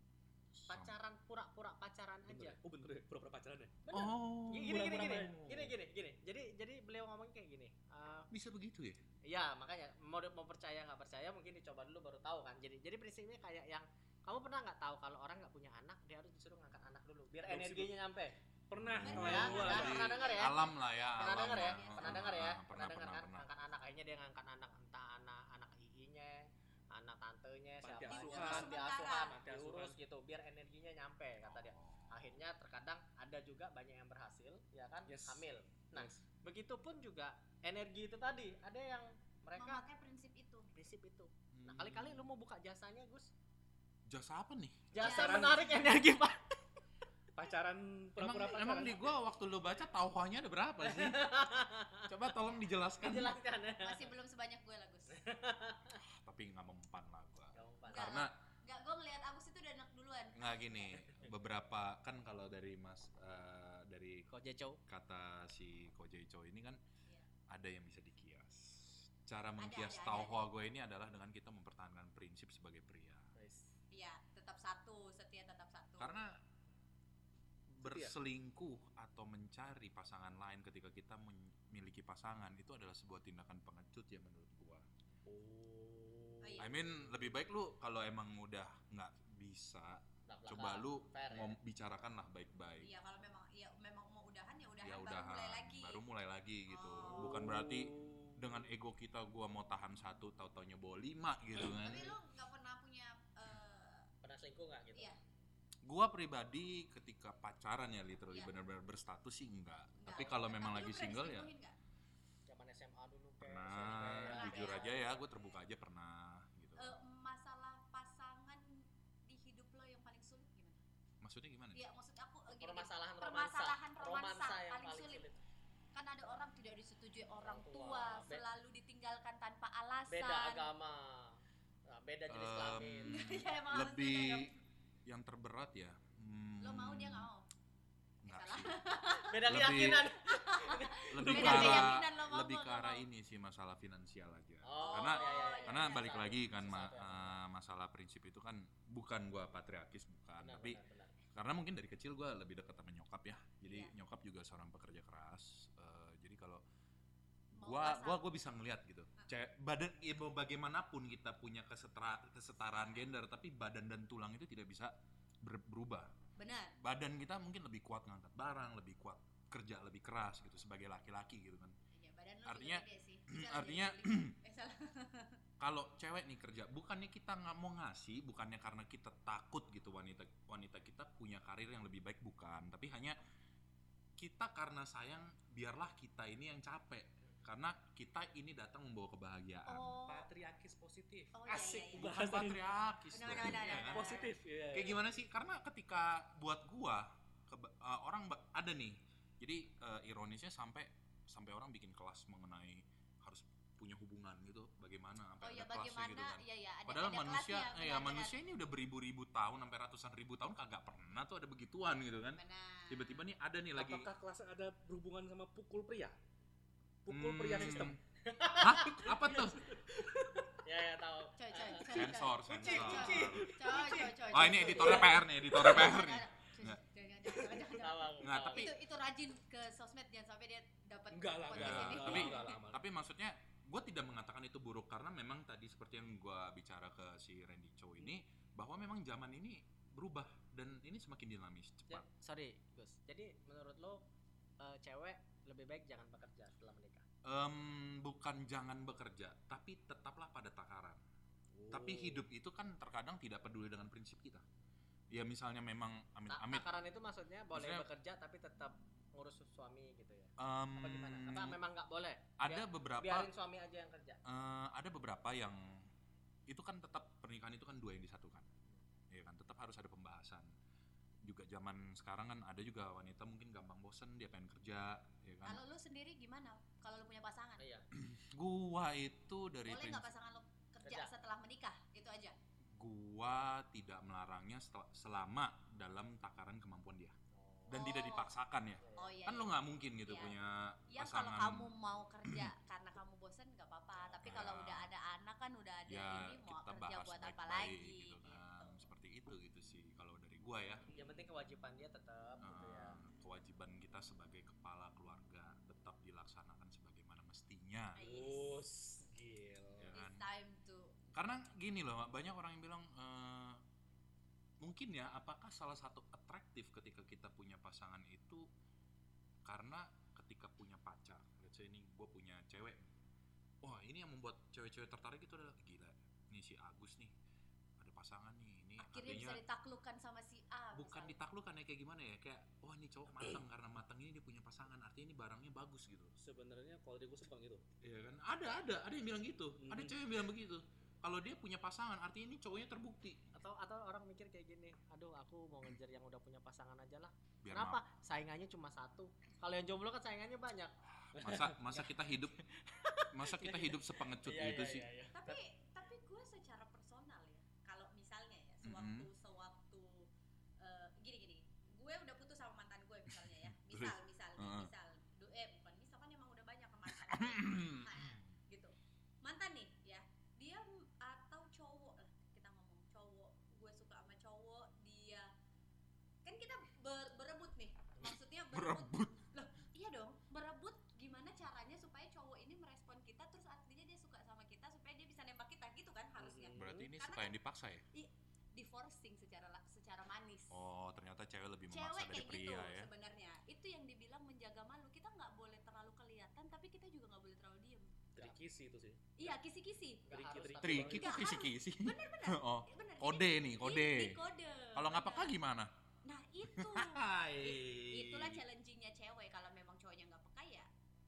Pacaran pura-pura pacaran Bener aja. ya? Oh bener ya, pura-pura pacaran ya? Bener. Oh. Gini gini gini pura-pura gini, main. gini gini gini. Jadi jadi beliau ngomong kayak gini. eh, Bisa begitu ya? Ya makanya mau mau percaya nggak percaya mungkin dicoba dulu baru tahu kan. Jadi jadi prinsipnya kayak yang kamu pernah nggak tahu kalau orang nggak punya anak dia harus disuruh ngangkat anak dulu biar Adopsi, energinya nyampe. Pernah Pernah, kalau ya, gua pernah, di- pernah dengar ya? Alam lah ya. Pernah alam dengar ya? lah. Pernah Ah, dengar ya? ah, Pernah Pernah dengar pernah kan? pernah. Ngangkat anak akhirnya dia ngangkat anak entah anak anak iinya, anak tantenya, Panti siapa asuhan. panti Sementara. asuhan, Panti diurus asuhan. gitu biar energinya nyampe kata dia. Akhirnya terkadang ada juga banyak yang berhasil ya kan Yes. hamil. Nah, Yes. begitupun juga energi itu tadi ada yang mereka Memakai prinsip itu. prinsip itu. Nah, Hmm. kali-kali lu mau buka jasanya, Gus. Jasa apa nih? Jasa Pacaran. menarik energi, Pak. pacaran Emang, pura-pura pacaran. emang di gua waktu lu baca tauhanya ada berapa sih? Coba tolong dijelaskan. Dijelaskan ya. Masih belum sebanyak gue lah Gus. Tapi nggak mempan lah gua. Gak mempan. Enggak. Karena Enggak, gue ngeliat Agus itu udah enak duluan. nggak gini, beberapa kan kalau dari Mas eh, dari Kok Jeco? kata si Kojecho ini kan Iya. ada yang bisa dikias. Cara mengkias ada, ada, tauhwa gue ini adalah dengan kita mempertahankan prinsip sebagai pria. Iya, tetap satu, setia tetap satu. Karena berselingkuh atau mencari pasangan lain ketika kita memiliki pasangan itu adalah sebuah tindakan pengecut ya menurut gua. Oh, iya. I mean lebih baik lu kalau emang udah nggak bisa, coba lu fair, ya? ngom bicarakan lah baik-baik. Iya, kalau memang ya memang mau udahan ya udahan, Ya baru udahan, mulai lagi. baru mulai lagi gitu. Oh. Bukan berarti dengan ego kita gua mau tahan satu tahu-taunya bawa lima gitu kan. Tapi lu nggak pernah punya eh, Pernah selingkuh nggak gitu? iya, Gua pribadi ketika pacaran ya literally Iya. benar-benar berstatus sih enggak. nggak. Tapi kalau memang Tapi lagi lu pernah single ya diselingkuhin nggak? Zaman S M A dulu kayak pernah, Pernah jujur ya? aja ya, gue terbuka aja pernah gitu. Eh, masalah pasangan di hidup lo yang paling sulit gimana? Maksudnya gimana? Iya, maksud aku eh, gini, permasalahan gini, romansa. permasalahan romansa, Romansa yang paling, paling sulit. sulit. Kan ada orang tidak disetujui orang Orang tua. tua, Be- selalu ditinggalkan tanpa alasan. Beda agama. Nah, beda jenis Em, kelamin. Ya, emang harus lebih beda dong. yang terberat ya. hmm, Lo mau dia nggak mau? Enggak salah. sih. Beda Lebih- keyakinan. Lebih ke Beda arah keyakinan, lo mau, lebih gua ke nggak arah mau. ini sih masalah finansial aja. Oh, Karena- iya, iya, iya. Karena iya, balik Sesuatu- lagi kan ma- sesuatu yang- eh, masalah prinsip itu kan bukan gua patriarkis bukan, Benar, tapi benar, benar. karena mungkin dari kecil gua lebih dekat sama nyokap ya. Jadi Iya. nyokap juga seorang pekerja keras. eh, jadi kalau Mau gua pasang. gua gua bisa ngelihat gitu. Cewek badan ya, mau bagaimanapun kita punya kesetara, kesetaraan gender, tapi badan dan tulang itu tidak bisa ber- berubah. Benar. Badan kita mungkin lebih kuat ngangkat barang, lebih kuat kerja lebih keras gitu sebagai laki-laki gitu kan. Iya, badan lo Artinya- juga gede sih. Bisa artinya- jadi beli. eh salah. Kalau cewek nih kerja, bukannya kita nggak mau ngasih, bukannya karena kita takut gitu wanita wanita kita punya karir yang lebih baik, bukan, tapi hanya kita karena sayang biarlah kita ini yang capek karena kita ini datang membawa kebahagiaan. Oh, Patriarkis positif. Oh, iya, Asik. iya, iya. Bukan bahasa ini. patriarkis. Benar, tuh, benar, benar, ya benar. kan? Positif. Iya. Kayak gimana sih? Karena ketika buat gua keba- uh, orang ba- ada nih. Jadi uh, ironisnya sampai sampai orang bikin kelas mengenai harus punya hubungan gitu, bagaimana sampai oh ya ada kelasnya bagaimana? gitu kan. Iya ya, ada Padahal ada manusia, kelasnya, eh, ya benar, manusia ini udah beribu-ribu tahun sampai ratusan ribu tahun kagak pernah tuh ada begituan gitu kan. benar. Tiba-tiba nih ada nih lagi. Apakah kelas ada berhubungan sama pukul pria? Pukul pria Hmm. sistem. Hah? Apa tuh? Ya, ya tahu. Coy, coy, Ah, coy, Sensor, coy. sensor. Coy, coy, coy, coy, Oh coy. ini editornya P R nih, editornya P R Ada, nih. ada. Nggak. Jangan, jangan, jangan, jangan. tahu aku, Nggak, tahu. tapi- itu itu rajin ke sosmed jangan sampai dia dapat Enggak lah, podcast enggak. ini. Tapi- enggak lah, aman. Tapi maksudnya gue tidak mengatakan itu buruk karena memang tadi seperti yang gue bicara ke si Randy Chow ini bahwa memang zaman ini berubah dan ini semakin dinamis Ja- cepat. sorry, Gus. Jadi menurut lo eh, cewek lebih baik jangan bekerja setelah menikah. Em, bukan jangan bekerja, tapi tetaplah pada takaran. Tapi hidup itu kan terkadang tidak peduli dengan prinsip kita. Ya misalnya memang amit Ta- amit. takaran itu maksudnya boleh Maksudnya- bekerja tapi tetap ngurus suami gitu ya. em, Apa gimana? Apa memang nggak boleh? ada Biar- beberapa biarin suami aja yang kerja. eh, ada beberapa yang itu kan tetap pernikahan itu kan dua yang disatukan. Ya kan tetap harus ada pembahasan. Juga zaman sekarang kan ada juga wanita mungkin gampang bosen dia pengen kerja, ya kan. Kalau lu sendiri gimana? Kalau lu punya pasangan, Iya. Gua itu dari boleh nggak prinsip pasangan lu kerja, Kerja. setelah menikah? Itu aja. gua tidak melarangnya setel- selama dalam takaran kemampuan dia dan Oh. tidak dipaksakan ya. Oh iya. Kan iya. lo nggak mungkin gitu Iya. punya Yang kalau pasangan. kamu mau kerja karena kamu bosan nggak apa-apa. Tapi kalau Ya. udah ada anak kan udah ada Ya ini mau kita kerja bahas buat apa baik-baik lagi? gitu kan. gitu. Seperti itu gitu sih kalau dari gua ya. Yang penting kewajiban dia tetap gitu ya. Eh, kewajiban kita sebagai kepala keluarga tetap dilaksanakan sebagaimana mestinya. Terus gil. Ya It's kan? time to Karena gini loh, banyak orang yang bilang eh, mungkin ya, apakah salah satu atraktif ketika kita punya pasangan itu karena ketika punya pacar, let's say ini gue punya cewek, wah ini yang membuat cewek-cewek tertarik itu adalah gila, ini si Agus nih ada pasangan nih, ini akhirnya artinya bisa ditaklukkan sama si A. bukan misalnya. ditaklukkan ya kayak gimana ya, kayak wah ini cowok matang karena matang ini dia punya pasangan, artinya ini barangnya bagus gitu. Sebenarnya kalau dari gue sebang gitu. Iya kan, ada ada ada yang bilang gitu, ada Mhm. cewek yang bilang begitu. Kalau dia punya pasangan, artinya ini cowoknya terbukti. Atau atau orang mikir kayak gini, aduh aku mau ngejar yang udah punya pasangan aja lah. Biar Kenapa? Saingannya cuma satu. Kalau yang jomblo kan saingannya banyak. masa masa kita hidup masa kita hidup sepengecut Iya, gitu iya, sih. iya, iya. Tapi tapi gue secara personal ya, kalau misalnya ya Mhm. sewaktu sewaktu eh, gini gini, gue udah putus sama mantan gue misalnya ya, Terus? misal misal nih, Heeh. misal, Du- eh bukan misal kan emang udah banyak ke mantan Nah, gitu, mantan nih ya, dia m- atau cowok lah kita ngomong cowok, gue suka sama cowok, dia kan kita ber- berebut nih, maksudnya berebut Berebut. loh, iya dong, berebut gimana caranya supaya cowok ini merespon kita terus artinya dia suka sama kita supaya dia bisa nembak kita gitu kan harusnya. Berarti ini Karena suka yang dipaksa ya? di forcing secara la- secara manis. Oh, ternyata cewek lebih memaksa Cewek dari kayak pria gitu ya. sebenarnya. Itu yang dibilang menjaga malu. Kita nggak boleh terlalu kelihatan tapi kita juga nggak boleh terlalu diem. Tricky sih itu sih. Iya, kisi-kisi. Nggak Tricky, harus tricky. tapi Tricky Nggak kok kisi-kisi. Bener-bener. Oh, Bener. kode Ini- nih, ini kode. di kode. Kalau nggak peka Bener. gimana? Nah, itu. Hai. Itulah challenging-nya cewek. Kalau memang cowoknya nggak peka ya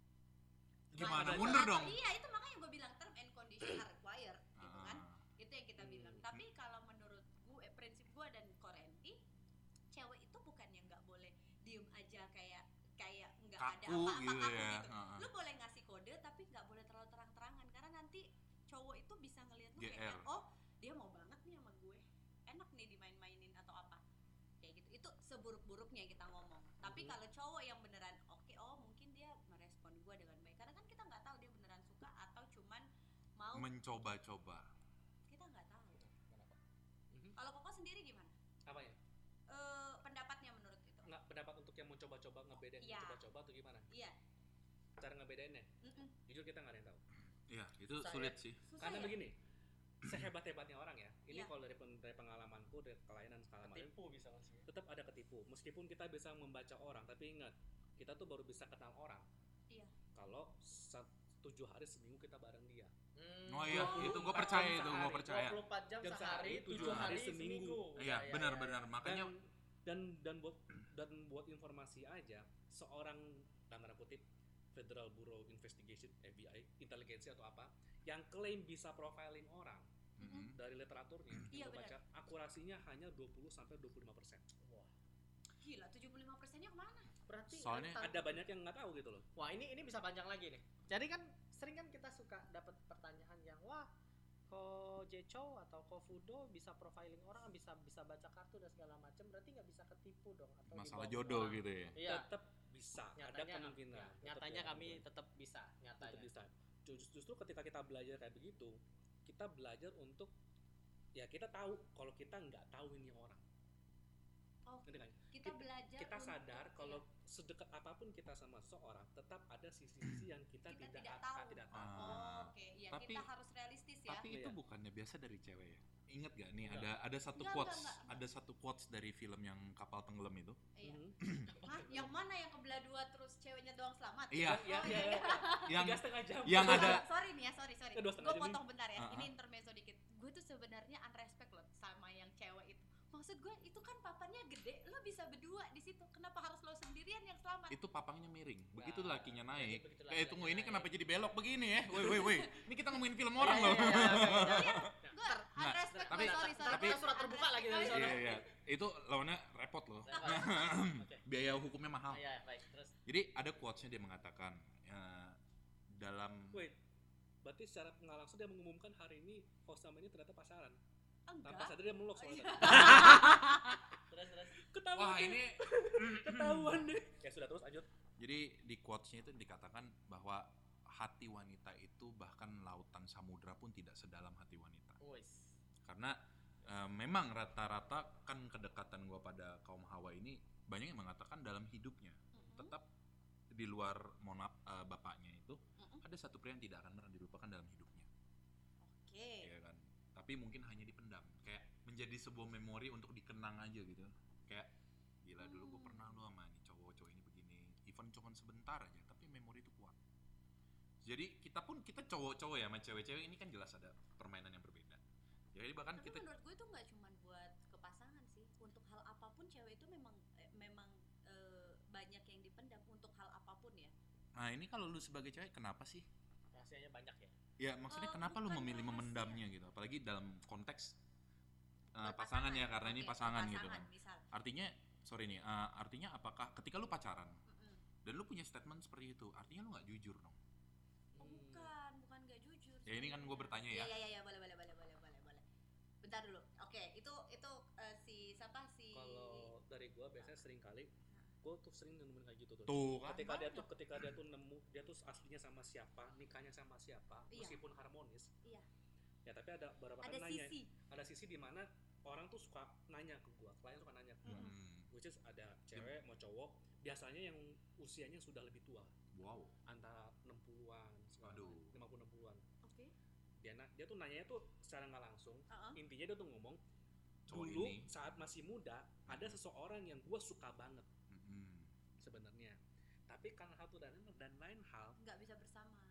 Gimana? Atau- Mundur atau- dong. Iya, itu makanya gue bilang term and condition are required gitu kan. Ah. Itu yang kita Hmm. bilang. Tapi kalau menurut gue, prinsip gue dan Korenti, cewek itu bukan yang nggak boleh diem aja kayak kayak nggak ada Kaku apa-apa gitu kaku ya. gitu. Ah. Lu boleh ngasih kode tapi nggak boleh terlalu terang-terangan karena nanti cowok itu bisa ngelihat lu G kayak R. oh dia mau banget nih sama gue, enak nih dimain-mainin atau apa kayak gitu. Itu seburuk-buruknya kita ngomong. Tapi Mhm. kalau cowok yang beneran oke, oh mungkin dia merespon gue dengan baik karena kan kita nggak tahu dia beneran suka atau cuman mau Mencoba-coba. kita nggak tahu. Kenapa? Mhm. Kalau Koko sendiri gimana? Apa ya? Eh, pendapatnya menurut itu? Nggak pendapat untuk yang mau coba-coba ngebedain Iya. coba-coba atau gimana? Iya. Cara ngebedainnya? Mm-mm. Jujur kita nggak ada yang tahu. Iya, itu Susah sulit ya. sih. Susah Karena ya? begini, sehebat-hebatnya orang ya. Ini Iya. kalau dari, pen- dari pengalamanku, dari kelainan segala macam, Ketipu bisa maksudnya. tetap ada ketipu. Meskipun kita bisa membaca orang, tapi ingat, kita tuh baru bisa kenal orang Iya. kalau sat- tujuh hari seminggu kita bareng dia. Hmm. Oh iya, Oh. itu gue dua puluh empat percaya jam itu, gue sehari, percaya. dua puluh empat jam, Jam sehari, sehari, tujuh tujuh hari hari seminggu. seminggu. Iya, benar-benar. Makanya Dan dan dan buat dan buat informasi aja, seorang dalam tanda kutip Federal Bureau Investigation, F B I, inteligensi atau apa, yang klaim bisa profiling orang Mm-mm. dari literaturnya, Iya, yang gua baca, akurasinya hanya dua puluh sampai dua puluh lima persen. Wah, Gila, tujuh puluh lima persennya kemana? berarti Soalnya rentan. Ada banyak yang nggak tahu gitu loh. Wah, ini ini bisa panjang lagi nih. Jadi kan sering kan kita suka dapat pertanyaan yang wah, Ko Jecho atau Ko Fudo bisa profiling orang, bisa bisa baca kartu dan segala macam, berarti nggak bisa ketipu dong atau Masalah dibohong jodoh orang. gitu ya. Iya. Tetap bisa, ada Nyatanya, kemungkinan. ya, Tetap nyatanya ada kami kemungkinan. tetap bisa, Tetap nyatanya. bisa. Just- Justru ketika kita belajar kayak begitu, kita belajar untuk ya kita tahu kalau kita nggak tahu ini orang. Oh, Ngerti nggak? kita, Kita- belajar Kita untuk- sadar kalau iya. sedekat apapun kita sama seorang, tetap ada sisi-sisi yang kita, Kita tidak tidak akan tahu. tidak tahu. Ah. Oh, oke, ya Tapi- kita harus realistis ya. Tapi Iya. itu bukannya biasa dari cewek ya? Ingat gak nih Enggak. ada ada satu Enggak, quotes, enggak, enggak, ada satu quotes dari film yang kapal tenggelam itu. Iya. Mhm. Hah, yang mana yang kebelah dua terus ceweknya doang selamat? Iya. Oh, Ya, iya, ya, iya. Yang tiga setengah jam. yang ada- Sorry nih ya, sorry sorry. Eh, dua setengah Gue jam potong bentar ya. Ah, Ini ah. intermezzo dikit. Gue tuh sebenarnya unrespect loh sama yang cewek itu. Maksud gue itu kan papannya gede, lo bisa berdua di situ. Kenapa harus lo sendirian yang selamat? itu papangnya miring. Begitu Nah, lakinya jadi naik. begitu Eh laki-laki tunggu ini naik. kenapa jadi belok begini ya? Woi woi woi. Ini kita ngomongin film Iya, orang iya, loh. iya, iya, iya, iya. Gue unrespect. tapi- gue, sorry sorry. tapi- Gue surat terbuka lagi dari unrespect. sana. Iya iya. Itu lawannya repot loh. Oke. Biaya hukumnya mahal. Iya, baik. Terus Jadi ada quotesnya dia mengatakan ya, dalam Wait, berarti secara nggak langsung dia mengumumkan hari ini host sama ini ternyata pacaran. Tanpa Enggak. sadar dia meluk Oh, soalnya. iya. terus terus. Ketahuan wah deh, ini ketahuan deh. Ya sudah terus lanjut. jadi di quotesnya itu dikatakan bahwa hati wanita itu bahkan lautan samudra pun tidak sedalam hati wanita. Wis. Karena eh, memang rata-rata kan kedekatan gua pada kaum hawa ini banyak yang mengatakan dalam hidupnya Mhm. tetap di luar mohon maaf eh, bapaknya itu Mhm. ada satu pria yang tidak akan pernah dilupakan dalam hidupnya, Oke. ya kan? Tapi mungkin hanya dipendam, kayak menjadi sebuah memori untuk dikenang aja gitu. Kayak gila dulu gue Hmm. pernah lu sama nih cowok-cowok ini begini, even cuma sebentar aja, tapi memori itu kuat. Jadi kita pun kita cowok-cowok ya sama cewek-cewek ini kan jelas ada permainan yang berbeda. Jadi bahkan Tapi kita menurut gue itu nggak cuma buat ke pasangan sih. Untuk hal apapun cewek itu memang eh, memang eh, banyak yang dipendam untuk hal apapun ya. nah ini kalau lu sebagai cewek kenapa sih? Rahasianya banyak ya. Ya maksudnya Eh, kenapa lu bukan memilih rahasia. memendamnya gitu? Apalagi dalam konteks uh, Buat pasangan ya karena ini Oke, pasangan gitu pasangan, kan. Misal. Artinya sorry nih, uh, artinya apakah ketika lu pacaran Mm-mm. dan lu punya statement seperti itu, artinya lu nggak jujur dong? Oh, bukan, bukan gak jujur. Ya, ini kan gua bertanya ya. Iya iya iya, boleh boleh boleh boleh boleh boleh. Bentar dulu. Oke, itu itu eh, si siapa si Kalau dari gua biasanya sering kali gua tuh sering nemuin kayak gitu tuh. Tuh kan. Ketika dia tuh ketika dia tuh nemu dia tuh aslinya sama siapa, nikahnya sama siapa, Iya. meskipun harmonis. Iya. Ya tapi ada beberapa ada kan nanya. sisi. Ada sisi di mana orang tuh suka nanya ke gua, klien suka nanya ke gua. Mm. Hmm, Which is ada cewek mau cowok, biasanya yang usianya sudah lebih tua, wow. antara enam puluhan, segala Waduh. macam, lima puluh enam puluhan. Oke. Dia na- dia tuh nanyanya tuh secara nggak langsung. Uh-uh. Intinya dia tuh ngomong, Cowok dulu ini. saat masih muda ada seseorang yang gua suka banget Mm-mm. sebenarnya. Tapi karena satu dan dan lain hal, Nggak bisa bersama.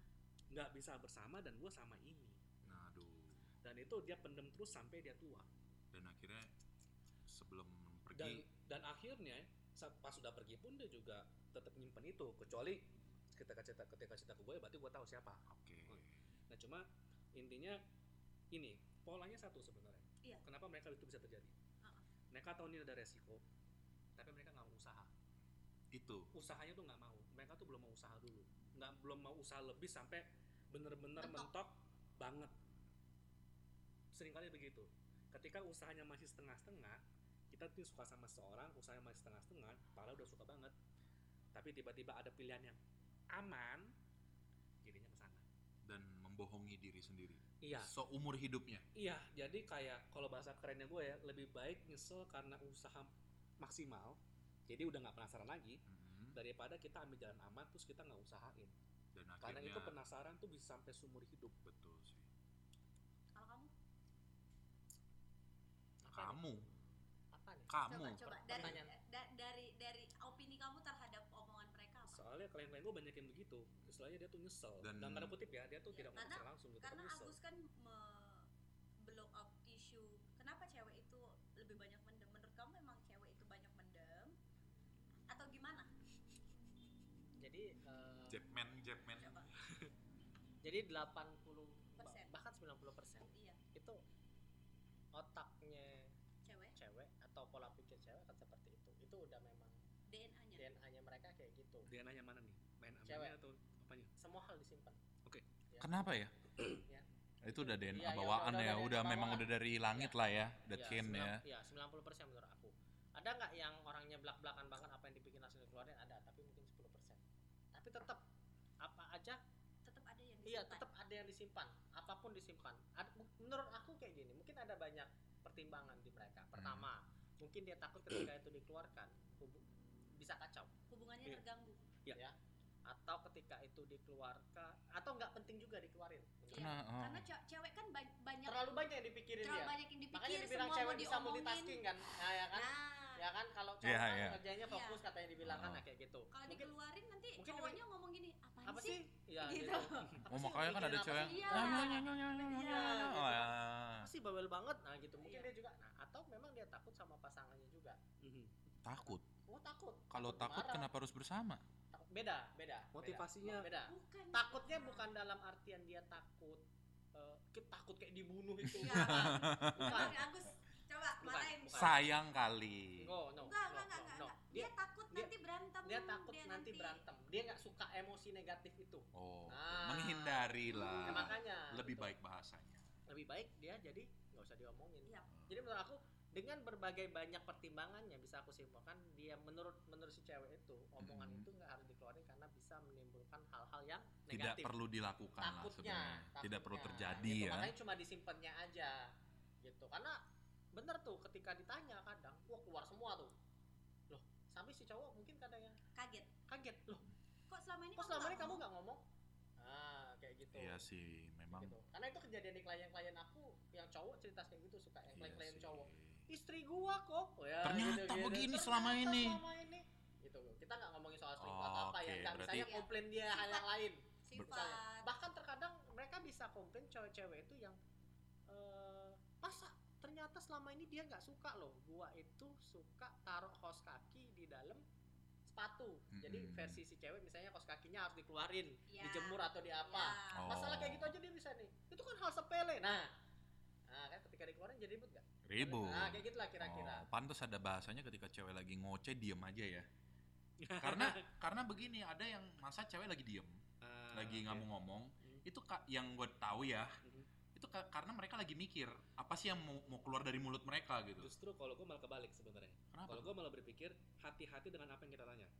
nggak bisa bersama dan gue sama ini. Nah, aduh. Dan itu dia pendem terus sampai dia tua. Dan akhirnya sebelum Dan pergi, dan akhirnya saat pas sudah pergi pun dia juga tetap nyimpen itu, kecuali ketika cerita ketika cerita ke gue berarti gue tahu siapa. oke. Nah cuma intinya ini polanya satu sebenarnya. Iya. Kenapa mereka itu bisa terjadi? Uh-uh. Mereka tahu ini ada resiko, tapi mereka nggak mau usaha. Itu. Usahanya tuh nggak mau. Mereka tuh belum mau usaha dulu. Nggak belum mau usaha lebih sampai bener-bener Mentok. mentok banget. Seringkali begitu. Ketika usahanya masih setengah-setengah, kita tuh suka sama seseorang, usahanya masih setengah-setengah, padahal udah suka banget. Tapi tiba-tiba ada pilihan yang aman, jadinya kesana. Dan membohongi diri sendiri. Iya. Seumur hidupnya. Iya, jadi kayak kalau bahasa kerennya gue ya, lebih baik nyesel karena usaha maksimal, jadi udah nggak penasaran lagi, Mhm. daripada kita ambil jalan aman terus kita nggak usahain. Dan Karena akhirnya itu penasaran tuh bisa sampai seumur hidup. betul sih. Kalau kamu Apa nih? Kamu, Apa nih? kamu. coba coba dari Pertanyaan. da- dari dari opini kamu terhadap omongan mereka apa? Soalnya klien-klien gue banyak yang begitu, istilahnya dia tuh nyesel. Dan- Dan tanda kutip ya, dia tuh Iya, tidak mau karena- secara langsung gitu, Karena tapi nyesel. Agus kan me- blow up isu kenapa cewek itu lebih banyak mendem. Menurut kamu memang cewek itu banyak mendem atau gimana? Jadi eh, Japman, Japman. Coba. jadi delapan puluh Persen. bahkan sembilan puluh persen Iya, itu otaknya cewek cewek atau pola pikir cewek akan seperti itu. Itu udah memang D N A-nya. D N A-nya mereka kayak gitu. Dia nanya mana nih? Main Cewek. aminnya atau apanya? Semua hal disimpan. Kenapa ya? Ya. Itu udah D N A Iya, iya, bawaan udah- ya, udah udah D N A memang bawaan. udah dari langit lah ya, udah Ya, chain ya. sembilan- Iya, sembilan puluh persen menurut aku. Ada nggak yang orangnya belak-belakan banget apa yang dibikin langsung dikeluarin? Ada, tapi mungkin sepuluh persen. Tapi tetap apa aja, Tetap ada yang iya disimpan. tetap ada yang disimpan. Apapun disimpan. Ad- menurut aku kayak gini, mungkin ada banyak pertimbangan di mereka. Pertama, mungkin dia takut ketika itu dikeluarkan hubu- bisa kacau. Hubungannya Iya. terganggu. Ya. Atau ketika itu dikeluarkan atau nggak penting juga dikeluarin. Iya. Karena, oh. Karena ce- cewek kan ba- banyak Terlalu banyak yang dipikirin terlalu dia. banyak yang dipikir, Makanya dibilang semua cewek mau bisa diomongin. multitasking kan. Nah, ya kan? Nah, Ya kan kalau cowok Iya, kan iya. kerjanya fokus Iya. katanya dibilang kan Oh. nah, kayak gitu. kalau Mungkin dikeluarin nanti mungkin cowoknya ngomong gini, apaan apa sih? sih? Ya Gitu. gitu. Apa Oh sih, makanya kan ada mikirin apa cewek sih? Iya. yang "Nyonya, nyonya, nyonya, Iya, nyonya." gitu. Oh, ya. Apa sih bawel banget. Nah, gitu. Mungkin Iya. dia juga. Nah, atau memang dia takut sama pasangannya juga. Mhm. Takut. Oh, takut. Kalau takut marah. kenapa harus bersama? Takut. Beda, beda. beda. Motivasinya- beda. Bukan. Takutnya bukan dalam artian dia takut eh, kita takut kayak dibunuh itu. Iya. Bukan. Oke, Agus, coba Bukan, marahin. bukan. Sayang kali. No, no, Enggak, no, enggak, enggak, no, enggak, no. enggak. Dia, Dia takut dia- nanti berantem. dia takut nanti berantem. Dia nggak suka emosi negatif itu. Oh, Ah. menghindari Ya, lah. makanya Lebih gitu. baik bahasanya. Lebih baik dia jadi nggak usah diomongin. Iya. Jadi menurut aku dengan berbagai banyak pertimbangannya bisa aku simpulkan dia menurut menurut si cewek itu omongan Mhm. itu nggak harus dikeluarin karena bisa menimbulkan hal-hal yang Tidak negatif. perlu dilakukan lah takutnya, sebenarnya. Tidak perlu takutnya, terjadi gitu. ya. Makanya cuma disimpannya aja gitu. Karena bener tuh ketika ditanya kadang wah keluar semua tuh. Loh, sampai si cowok mungkin kadang yang Kaget. kaget. Loh, Kok selama ini kok selama ini nggak kamu ngomong? nggak ngomong? Ah, kayak gitu. Iya sih, memang. Gitu. Karena itu kejadian di klien-klien aku yang cowok cerita kayak gitu suka yang Iya klien-klien sih. cowok. Istri gua kok. Oh, ya, Ternyata begini selama Ternyata ini. selama ini. Gitu. Kita nggak ngomongin soal selingkuh atau apa ya. Oke, Nggak, berarti- misalnya komplain dia hal yang lain. Sifat. Misalnya. Bahkan terkadang mereka bisa komplain cewek-cewek itu yang eh masa ternyata selama ini dia nggak suka loh. Gua itu suka taruh kaos kaki di dalam sepatu. Jadi Mm-mm. versi si cewek misalnya kaos kakinya harus dikeluarin, Ya. dijemur atau di apa. Ya. Oh. Masalah kayak gitu aja dia bisa nih. Itu kan hal sepele. Nah, nah kan ketika dikeluarin jadi ribut gak? Ribut. Nah, kayak gitulah kira-kira. Oh, pantas ada bahasanya ketika cewek lagi ngoceh diem aja ya. Karena karena begini, ada yang masa cewek lagi diem, Ah, lagi oke. nggak mau ngomong. Hmm. Itu ka- yang gue tahu ya. Mhm. Itu ka- karena mereka lagi mikir apa sih yang mau, mau keluar dari mulut mereka gitu. Justru kalau gue malah kebalik sebenarnya. Kenapa? Kalau gue malah berpikir hati-hati dengan apa yang kita tanya.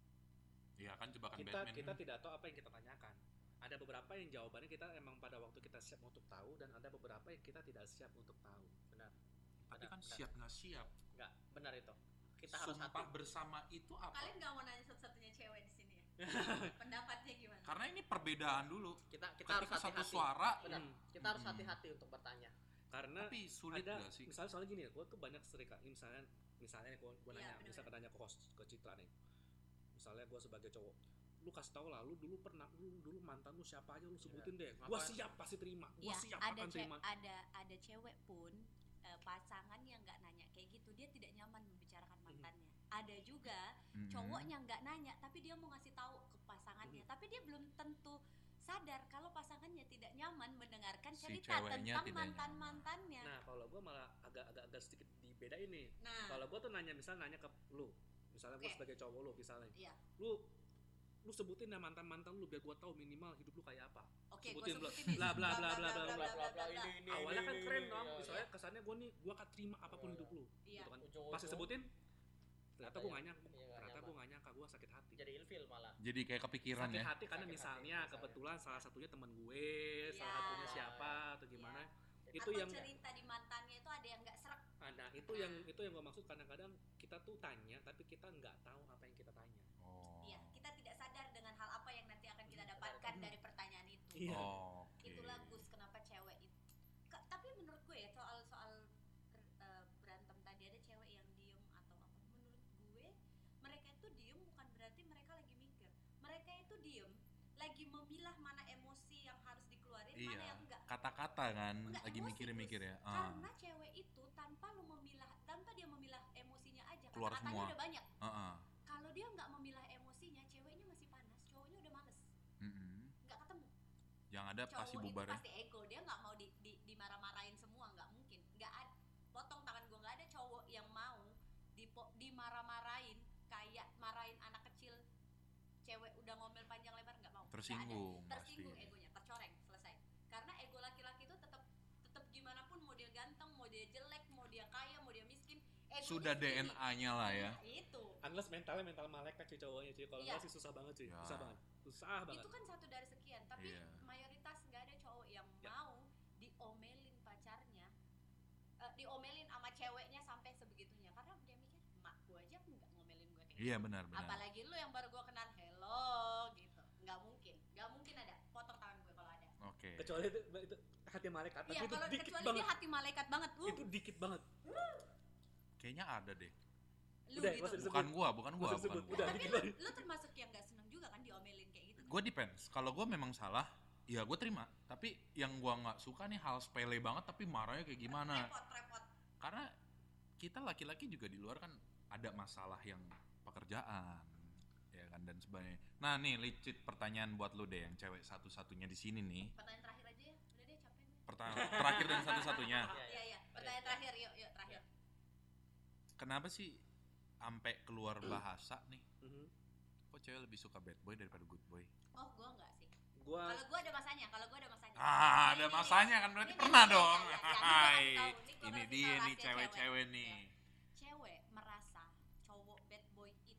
Iya kan jebakan Kita Batman. kita tidak tahu apa yang kita tanyakan. Ada beberapa yang jawabannya kita emang pada waktu kita siap untuk tahu dan ada beberapa yang kita tidak siap untuk tahu. Benar. Tapi kan benar. siap nggak siap. Enggak, benar itu. Kita harus Sumpah hati. bersama itu apa? Kalian nggak mau nanya satu-satunya cewek di sini ya? Pendapatnya gimana? Karena ini perbedaan dulu. Kita kita harus Ketika satu hati-hati. suara, Benar. Hmm. Kita harus Hmm. hati-hati untuk bertanya. Karena tapi sulit ada nggak sih? misalnya soalnya gini, gue tuh banyak sering kali misalnya misalnya gue gue Iya, nanya, bener-bener. misalnya nanya ke host ke Citra nih, misalnya gue sebagai cowok, lu kasih tahu lah, lu dulu pernah, lu dulu mantan lu siapa aja lu sebutin deh. Apa? Gua siap pasti terima, gua Ya, siap ada akan ce- terima. ada ada cewek pun eh, pasangan yang nggak nanya kayak gitu, dia tidak nyaman membicarakan mantannya. Ada juga Mm-mm. cowoknya nggak nanya tapi dia mau ngasih tahu ke pasangannya, Mhm. tapi dia belum tentu sadar kalau pasangannya tidak nyaman mendengarkan Si cerita ceweknya tentang tidak mantan-mantannya. Nah, kalau gua malah agak-agak agak sedikit dibedain nih. Nah, Kalau gua tuh nanya, misal nanya ke lu, misalnya gua Oke. sebagai cowok lu misalnya, iya, lu lu sebutin ya mantan-mantan lu biar gua tahu minimal hidup lu kayak apa. oke, gue sebutin bla- sebutin nih. bla bla bla bla bla bla bla. bla bla ini ini Awalnya kan ini, keren ini, dong, iya, misalnya kesannya gua nih gua akan terima apapun Iya. hidup lu. Iya. Gitu kan. Ujung-ujung Pas disebutin ternyata Apa gua ya? nggak nyangka, Iya, nggak ternyata nyaman. gua nggak nyangka gua sakit hati. jadi ilfil malah. Jadi kayak kepikiran Sakit ya. hati karena Sakit hati, misalnya misalnya. kebetulan salah satunya teman gue, salah Iya. satunya siapa atau gimana. Iya. Itu Atau yang cerita di mantannya itu ada yang nggak serak. Ah, nah itu yang itu yang gue maksud, kadang-kadang kita tuh tanya tapi kita nggak tahu apa yang kita tanya. Oh. Iya, kita tidak sadar dengan hal apa yang nanti akan kita dapatkan dari pertanyaan itu. Iya. Oh, oke. Itulah Gus kenapa cewek itu. Ka- tapi menurut gue ya soal soal eh, berantem tadi ada cewek yang diem atau apa. Menurut gue mereka itu diem bukan berarti mereka lagi mikir. Mereka itu diem lagi memilah mana emosi yang harus dikeluarin, mana Iya. yang enggak. Kata-kata kan Enggak lagi emosi, mikir-mikir Gus. ya. Ah. Karena cewek itu tanpa lu memilah, tanpa dia memilah emosinya aja, Keluar kata-katanya semua. udah banyak. Heeh. Kalau dia nggak memilah emosinya, ceweknya masih panas, cowoknya udah males, Mm-mm. nggak ketemu. Yang ada pasti Cowok bubar itu ya. pasti ego, dia nggak mau di, di, dimarah-marahin semua, nggak mungkin. Nggak ada, potong tangan gue, nggak ada cowok yang mau dipo, dimarah-marahin kayak marahin anak kecil. Cewek udah ngomel panjang lebar nggak mau. Nggak ada. Tersinggung Tersinggung pasti. egonya, tercoreng, selesai. Karena ego laki-laki itu tetap tetap gimana pun, mau dia ganteng, mau dia jelek, mau dia kaya, mau dia miskin, egonya Sudah sendiri. D N A-nya lah ya. Nah, itu. Unless mentalnya mental malaikat cuy cowoknya cuy. Kalau Iya. enggak sih susah banget cuy. Ya. Susah banget. Susah banget. Itu kan satu dari sekian, tapi Iya. mayoritas nggak ada cowok yang Ya. mau diomelin pacarnya, eh, diomelin sama ceweknya sampai sebegitunya, karena dia mikir mak gua aja nggak ngomelin gua kayak Iya gitu. benar benar. Apalagi lu yang baru gua kenal, hello gitu, nggak mungkin, nggak mungkin ada, potong tangan gue kalau ada. Oke. Kecuali itu, itu hati malaikat, tapi Iya, itu kalau dikit kecuali banget. dia hati malaikat banget, uh, Itu dikit banget. Kayaknya ada deh. lu udah, gitu. nggak usah disebut. Bukan gua, bukan gua, Nggak usah bukan disebut. gua. Udah, Tapi dikit lu, banget. lu termasuk yang nggak seneng juga kan diomelin kayak gitu? Kan? Gue depends. Kalau gue memang salah, ya gue terima. Tapi yang gue nggak suka nih hal sepele banget, tapi marahnya kayak gimana? Repot, repot. Karena kita laki-laki juga di luar kan ada masalah yang pekerjaan, ya kan, dan sebagainya. Nah nih licit pertanyaan buat lu deh, yang cewek satu-satunya di sini nih. Pertanyaan terakhir aja ya, udah deh capek nih. Pertanyaan terakhir dan satu-satunya. Iya, Iya iya, pertanyaan terakhir, yuk yuk terakhir. Kenapa sih sampai keluar bahasa nih? Mhm. Kok cewek lebih suka bad boy daripada good boy? Oh, gua enggak sih. Gua Kalau gua ada masanya, kalau gua ada masanya. Ah, Ini ada nih, masanya kan berarti ini pernah nih, dong. ya, ya, ya, ini gua Hai. kasih tahu, ini gua Ini kasih dia tahu nih rahasia cewek-cewek cewek. nih. Cewek merasa cowok bad boy itu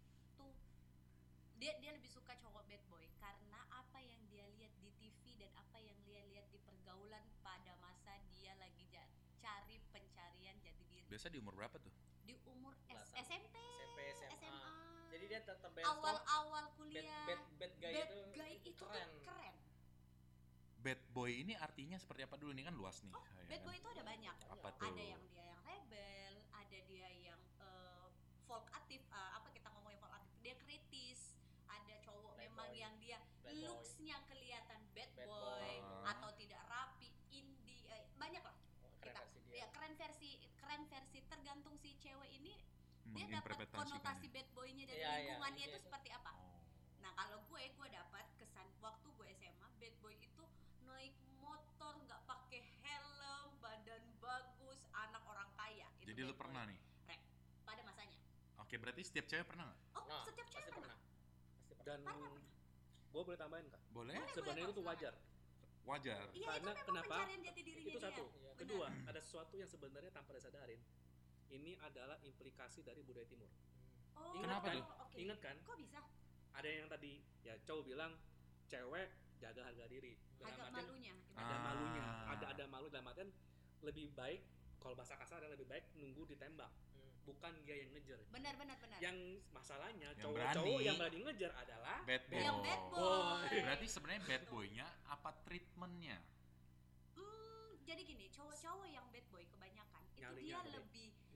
dia dia lebih suka cowok bad boy karena apa yang dia lihat di T V dan apa yang dia lihat di pergaulan pada masa dia lagi ja- cari pencarian jati diri. Biasa di umur berapa tuh? Di umur S- Belasan. S M P, S M P, S M A. S M A. Jadi dia tetap brainstorm awal-awal bad, kuliah. bad, bad guy bad itu, guy itu tuh keren. keren. Bad boy ini artinya seperti apa dulu? Ini kan luas nih. Oh, ya bad kan? boy itu ada banyak. Apa tuh? Ada yang dia yang rebel, ada dia yang eh, folk aktif, eh, apa kita ngomongin folk aktif, dia kritis. Ada cowok Bad memang boy. yang dia Bad boy. looks-nya kelihatan bad, Bad boy, boy. atau tidak rapi, indie, eh, banyak lah. Oh, keren Kita, versi dia. ya keren versi, keren versi tergantung si cewek ini dia dapat Menginterpretasikan konotasi ya. bad boy-nya dari Iya, iya, lingkungannya iya, itu iya. seperti apa. Oh. Nah kalau gue, gue dapat kesan waktu gue S M A, bad boy itu naik motor nggak pakai helm, badan bagus, anak orang kaya. Itu Jadi lu bad pernah boy. nih? Rek, pada masanya. Oke, berarti setiap cewek pernah nggak? Oh, Nah, setiap cewek pasti pernah. pernah. Pasti pernah. dan Pernah, pernah. gua boleh tambahin kak. Boleh? Boleh. Sebenarnya itu tuh silakan. wajar. Wajar. Iya, Karena itu memang kenapa? pencarian jati dirinya Itu dia. satu. Iya. Kedua, ada sesuatu yang sebenarnya tanpa disadarin. Ini adalah implikasi dari budaya timur. Oh, Kenapa kan? tuh? oke. Ingat kan? Kok bisa? Ada yang tadi ya cowok bilang cewek jaga harga diri. Dalam Agak artian malunya. gitu. ada Ah. malunya, ada ada malu dalam artian lebih baik kalau bahasa kasar adalah lebih baik nunggu ditembak, Hmm. bukan dia yang ngejar. Benar, benar, benar. Yang masalahnya Yang cowok-cowok berani. yang berani ngejar adalah Bad boy. Yang bad boy. boy. Berarti sebenarnya bad boy-nya apa treatmentnya? Hmm, jadi gini, cowok-cowok yang bad boy kebanyakan itu Nyali dia yang gede. lebih nyali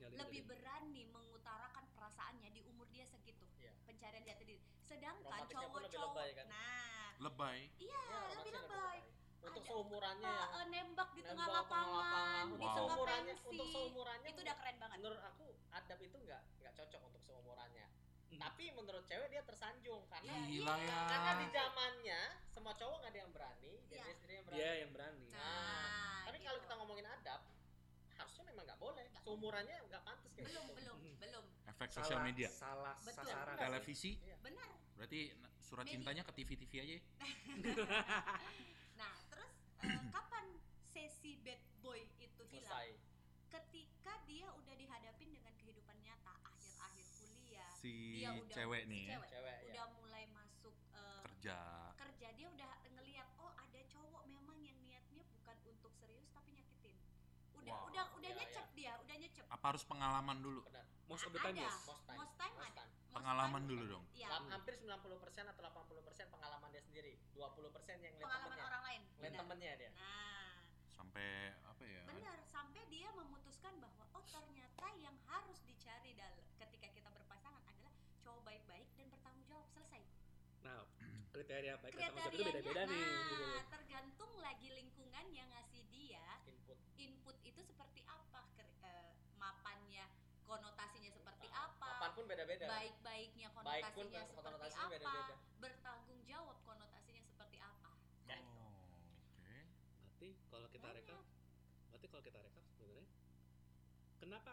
Nyali lebih juga dia. berani mengutarakan perasaannya di umur dia segitu. Iya. Pencarian jati diri. Sedangkan Romantisnya pun lebih cowok-cowok, lebay kan? nah, Lebay. iya Ya, lebih romantisnya lebay. Untuk Ada seumurannya Apa, yang eh, nembak di tengah nembak tengah lapangan, di Wow. tengah seumurannya, pensi. untuk seumurannya Itu udah keren banget. menurut aku adab itu nggak nggak cocok untuk seumurannya. Hmm. Tapi menurut cewek dia tersanjung karena Gila ya. karena di zamannya semua cowok nggak ada yang berani, dan Iya. dia sendiri yang berani. Dia yang berani. Nah, Tapi gitu. kalau kita ngomongin adab, harusnya memang nggak boleh. Nggak. Seumurannya nggak pantas kayak belum gitu. belum Hmm. belum Efek Salah- sosial media. Salah Betul. sasaran. Benar. Televisi. benar. Berarti n- surat Media. cintanya ke T V T V aja. Nah, terus eh, kapan sesi bad boy itu hilang? Selesai. Ketika dia udah dihadapin dengan kehidupan nyata akhir-akhir kuliah. Si Dia udah cewek si nih ya. cewek Cewek udah ya. mulai masuk eh, Kerja. kerja, dia udah ngelihat oh ada cowok memang yang niatnya bukan untuk serius tapi nyakitin. Udah Wow. udah udah Iya, nyecep dia, udah nyecep. Apa harus pengalaman dulu? Benar. Most of A- the time ada. yes. Most time. Most time Most ada. time. Most Pengalaman time- dulu dong. Iya. Lam- Hampir sembilan puluh persen atau delapan puluh persen pengalaman dia sendiri. dua puluh persen yang lihat Pengalaman temennya. orang lain. Lihat Benar. temennya dia. Nah, Sampai apa ya? benar, sampai dia memutuskan bahwa oh ternyata yang harus dicari dal- ketika kita berpasangan adalah cowok baik-baik dan bertanggung jawab. Selesai. Nah, kriteria baik dan tanggung jawab itu Kriterianya, beda-beda nih. gitu. nah tergantung lagi lingkungan yang ngasih dia Input. input itu seperti apa, Kri- eh, mapannya, konotasinya seperti Ah, apa, Mapan pun beda-beda. baik-baiknya Baik pun konotasinya kan seperti konotasinya apa, beda-beda. bertanggung jawab konotasinya seperti apa. Ya. Oh, oke. Berarti kalau kita Banyak. rekap, berarti kalau kita rekap sebenarnya kenapa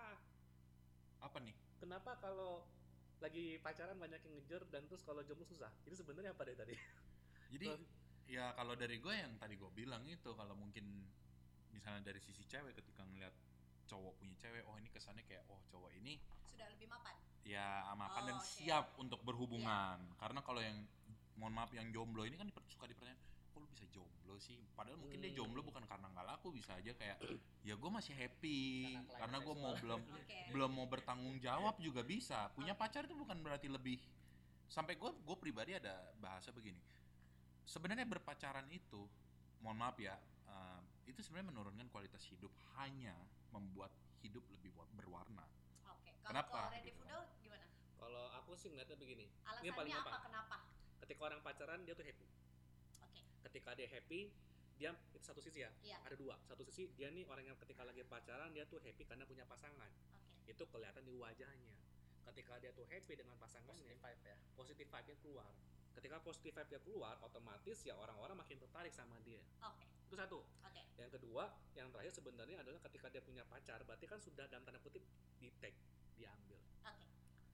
Apa nih? kenapa kalau lagi pacaran banyak yang ngejar dan terus kalau jomblo susah? Itu sebenarnya apa deh tadi? Jadi ya kalau dari gue yang tadi gue bilang itu, kalau mungkin misalnya dari sisi cewek ketika ngeliat cowok punya cewek, oh ini kesannya kayak oh cowok ini Sudah lebih mapan. ya mapan Oh, dan oke. siap untuk berhubungan. Karena kalau yang mohon maaf yang jomblo ini kan diper- suka dipertanyakan, kok lu bisa jomblo sih? Padahal mungkin dia Hmm. jomblo bukan karena nggak laku, bisa aja kayak ya gue masih happy Karena kelainan karena gue mau seksual. belum Oke. belum mau bertanggung jawab juga bisa. Punya pacar itu bukan berarti lebih. Sampai gue gue pribadi ada bahasa begini. Sebenarnya berpacaran itu, mohon maaf ya, eh, itu sebenarnya menurunkan kualitas hidup, hanya membuat hidup lebih wa- berwarna. Oke. Kalau Kenapa? kalau Randy Gitu. Fudo gimana? Kalau aku sih ngeliatnya begini. Ini Alasannya paling apa? gampang. Kenapa? Ketika orang pacaran dia tuh happy. Oke. Ketika dia happy, dia itu satu sisi ya. Iya. Ada dua. Satu sisi dia nih orang yang ketika lagi pacaran dia tuh happy karena punya pasangan. Oke. Itu kelihatan di wajahnya. Ketika dia tuh happy dengan pasangannya, Positive vibe ya. positive vibe-nya keluar. Ketika positive vibe-nya keluar, otomatis ya orang-orang makin tertarik sama dia. Oke. Itu satu. Oke. Yang kedua, yang terakhir sebenarnya adalah ketika dia punya pacar, berarti kan sudah dalam tanda kutip di take, diambil. Oke.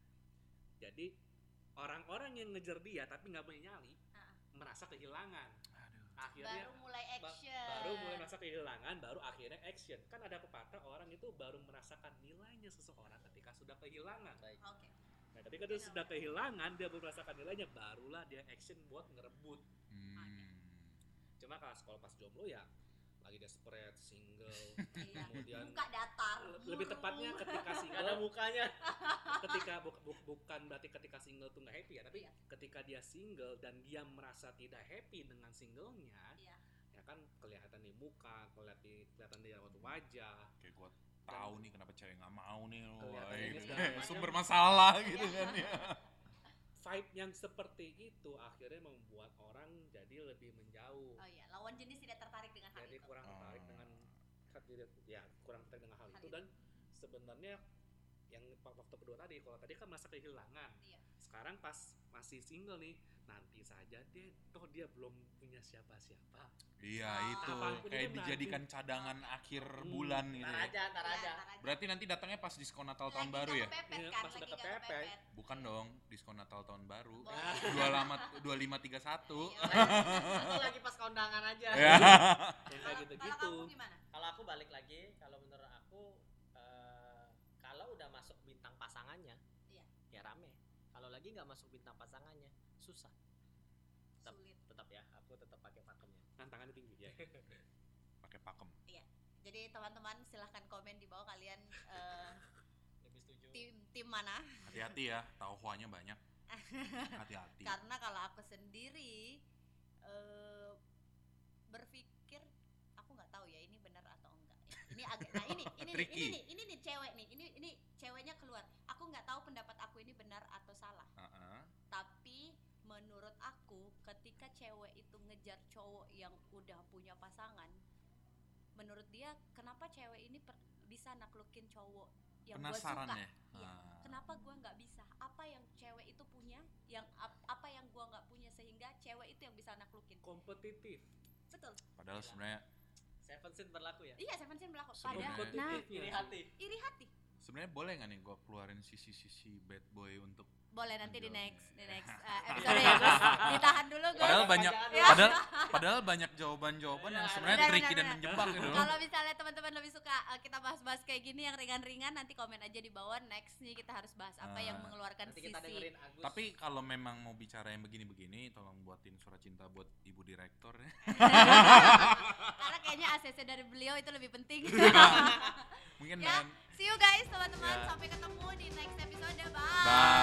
Jadi orang-orang yang ngejar dia tapi nggak punya nyali, Ah. merasa kehilangan. Aduh. Akhirnya Baru mulai ba- action. baru mulai merasa kehilangan, baru akhirnya action. Kan ada pepatah orang itu baru merasakan nilainya seseorang ketika sudah kehilangan. Baik. Oke. Nah, ketika dia sudah kehilangan, dia baru merasakan nilainya, barulah dia action buat ngerebut. Hmm. Cuma kalau kalau pas jomblo ya lagi desperate, single, Iya. kemudian Muka datar. le- lebih murung. tepatnya ketika Gak ada single, mukanya. ketika bu- bu- bukan berarti ketika single tuh nggak happy ya, tapi Iya. ketika dia single dan dia merasa tidak happy dengan singlenya, Iya. ya kan kelihatan di muka, kelihatan di kelihatan di raut wajah. Kayak gue tahu nih kenapa cewek nggak mau nih lo. Kelihatannya gitu. segala macam. Sumber masalah gitu Iya. kan ya. Vibe yang seperti itu akhirnya membuat orang jadi lebih menjauh, Oh iya, lawan jenis tidak tertarik dengan hal jadi itu. kurang tertarik Oh. dengan ya kurang tertarik dengan hal, Hal itu itu. dan sebenarnya yang pa- waktu kedua tadi, kalau tadi kan merasa kehilangan, Iya. sekarang pas masih single nih, nanti saja deh, toh dia belum punya siapa-siapa. Iya Oh. itu Apapun kayak itu dijadikan cadangan akhir Hmm. bulan gitu. Ntar ya. aja, ntar Iya, aja. ntar aja. Berarti nanti datangnya pas diskon Natal tahun Lagi baru nggak ya? kepepet Iya, kan? pas udah Lagi nggak kepepet. kepepet. Bukan dong, diskon Natal tahun baru. Boleh. dua lima dua lima tiga satu. Iya. Itu lagi pas kondangan aja. Ya. Yang kayak Kalau- gitu-gitu. Kalau kamu gimana? Kalau aku balik lagi, kalau menurut aku eh, kalau udah masuk bintang pasangannya, Iya. ya rame. Kalau lagi nggak masuk bintang pasangannya, susah. Tetap, Sulit. tetap ya, aku tetap pakai pakemnya. Tantangannya tinggi ya. Pakai pakem. Jadi teman-teman silahkan komen di bawah kalian eh, Lebih setuju. tim tim mana? Hati-hati ya, tauhuannya banyak. Hati-hati. Karena kalau aku sendiri eh, berpikir, aku nggak tahu ya ini benar atau enggak. Ya. Ini agak, nah ini ini nih, Tricky. ini nih, ini nih cewek nih, ini ini keluar. Aku nggak tahu pendapat aku ini benar atau salah. Uh-uh. Tapi menurut aku ketika cewek itu ngejar cowok yang udah punya pasangan, menurut dia kenapa cewek ini per- bisa naklukin cowok yang gue Penasaran suka? ya? Iya. Ah. Kenapa gue nggak bisa? Apa yang cewek itu punya, yang ap- apa yang gue nggak punya sehingga cewek itu yang bisa naklukin? Kompetitif. Betul. Padahal sebenarnya Seven Sin berlaku ya. Iya, Seven Sin berlaku. Sebenarnya- Padahal, nah, Kompetitif. Iri hati. iri hati. sebenarnya boleh nggak nih gue keluarin sisi-sisi bad boy untuk Boleh nanti di Menjawabnya. next, di next uh, episode ya Gus. Ditahan dulu Gus. Padahal banyak, Ya. padahal padahal banyak jawaban-jawaban yang sebenarnya Benar, tricky benar, dan benar. menjebak gitu. Kalau misalnya teman-teman lebih suka uh, kita bahas-bahas kayak gini yang ringan-ringan, nanti komen aja di bawah. Next nih kita harus bahas apa yang Ah. mengeluarkan Nanti sisi. kita dengerin Agus. Tapi kalau memang mau bicara yang begini-begini, tolong buatin surat cinta buat ibu direktur ya. Karena kayaknya A C C dari beliau itu lebih penting. Mungkin Ya, dengan see you guys teman-teman. Ya. Sampai ketemu di next episode. Bye. Bye.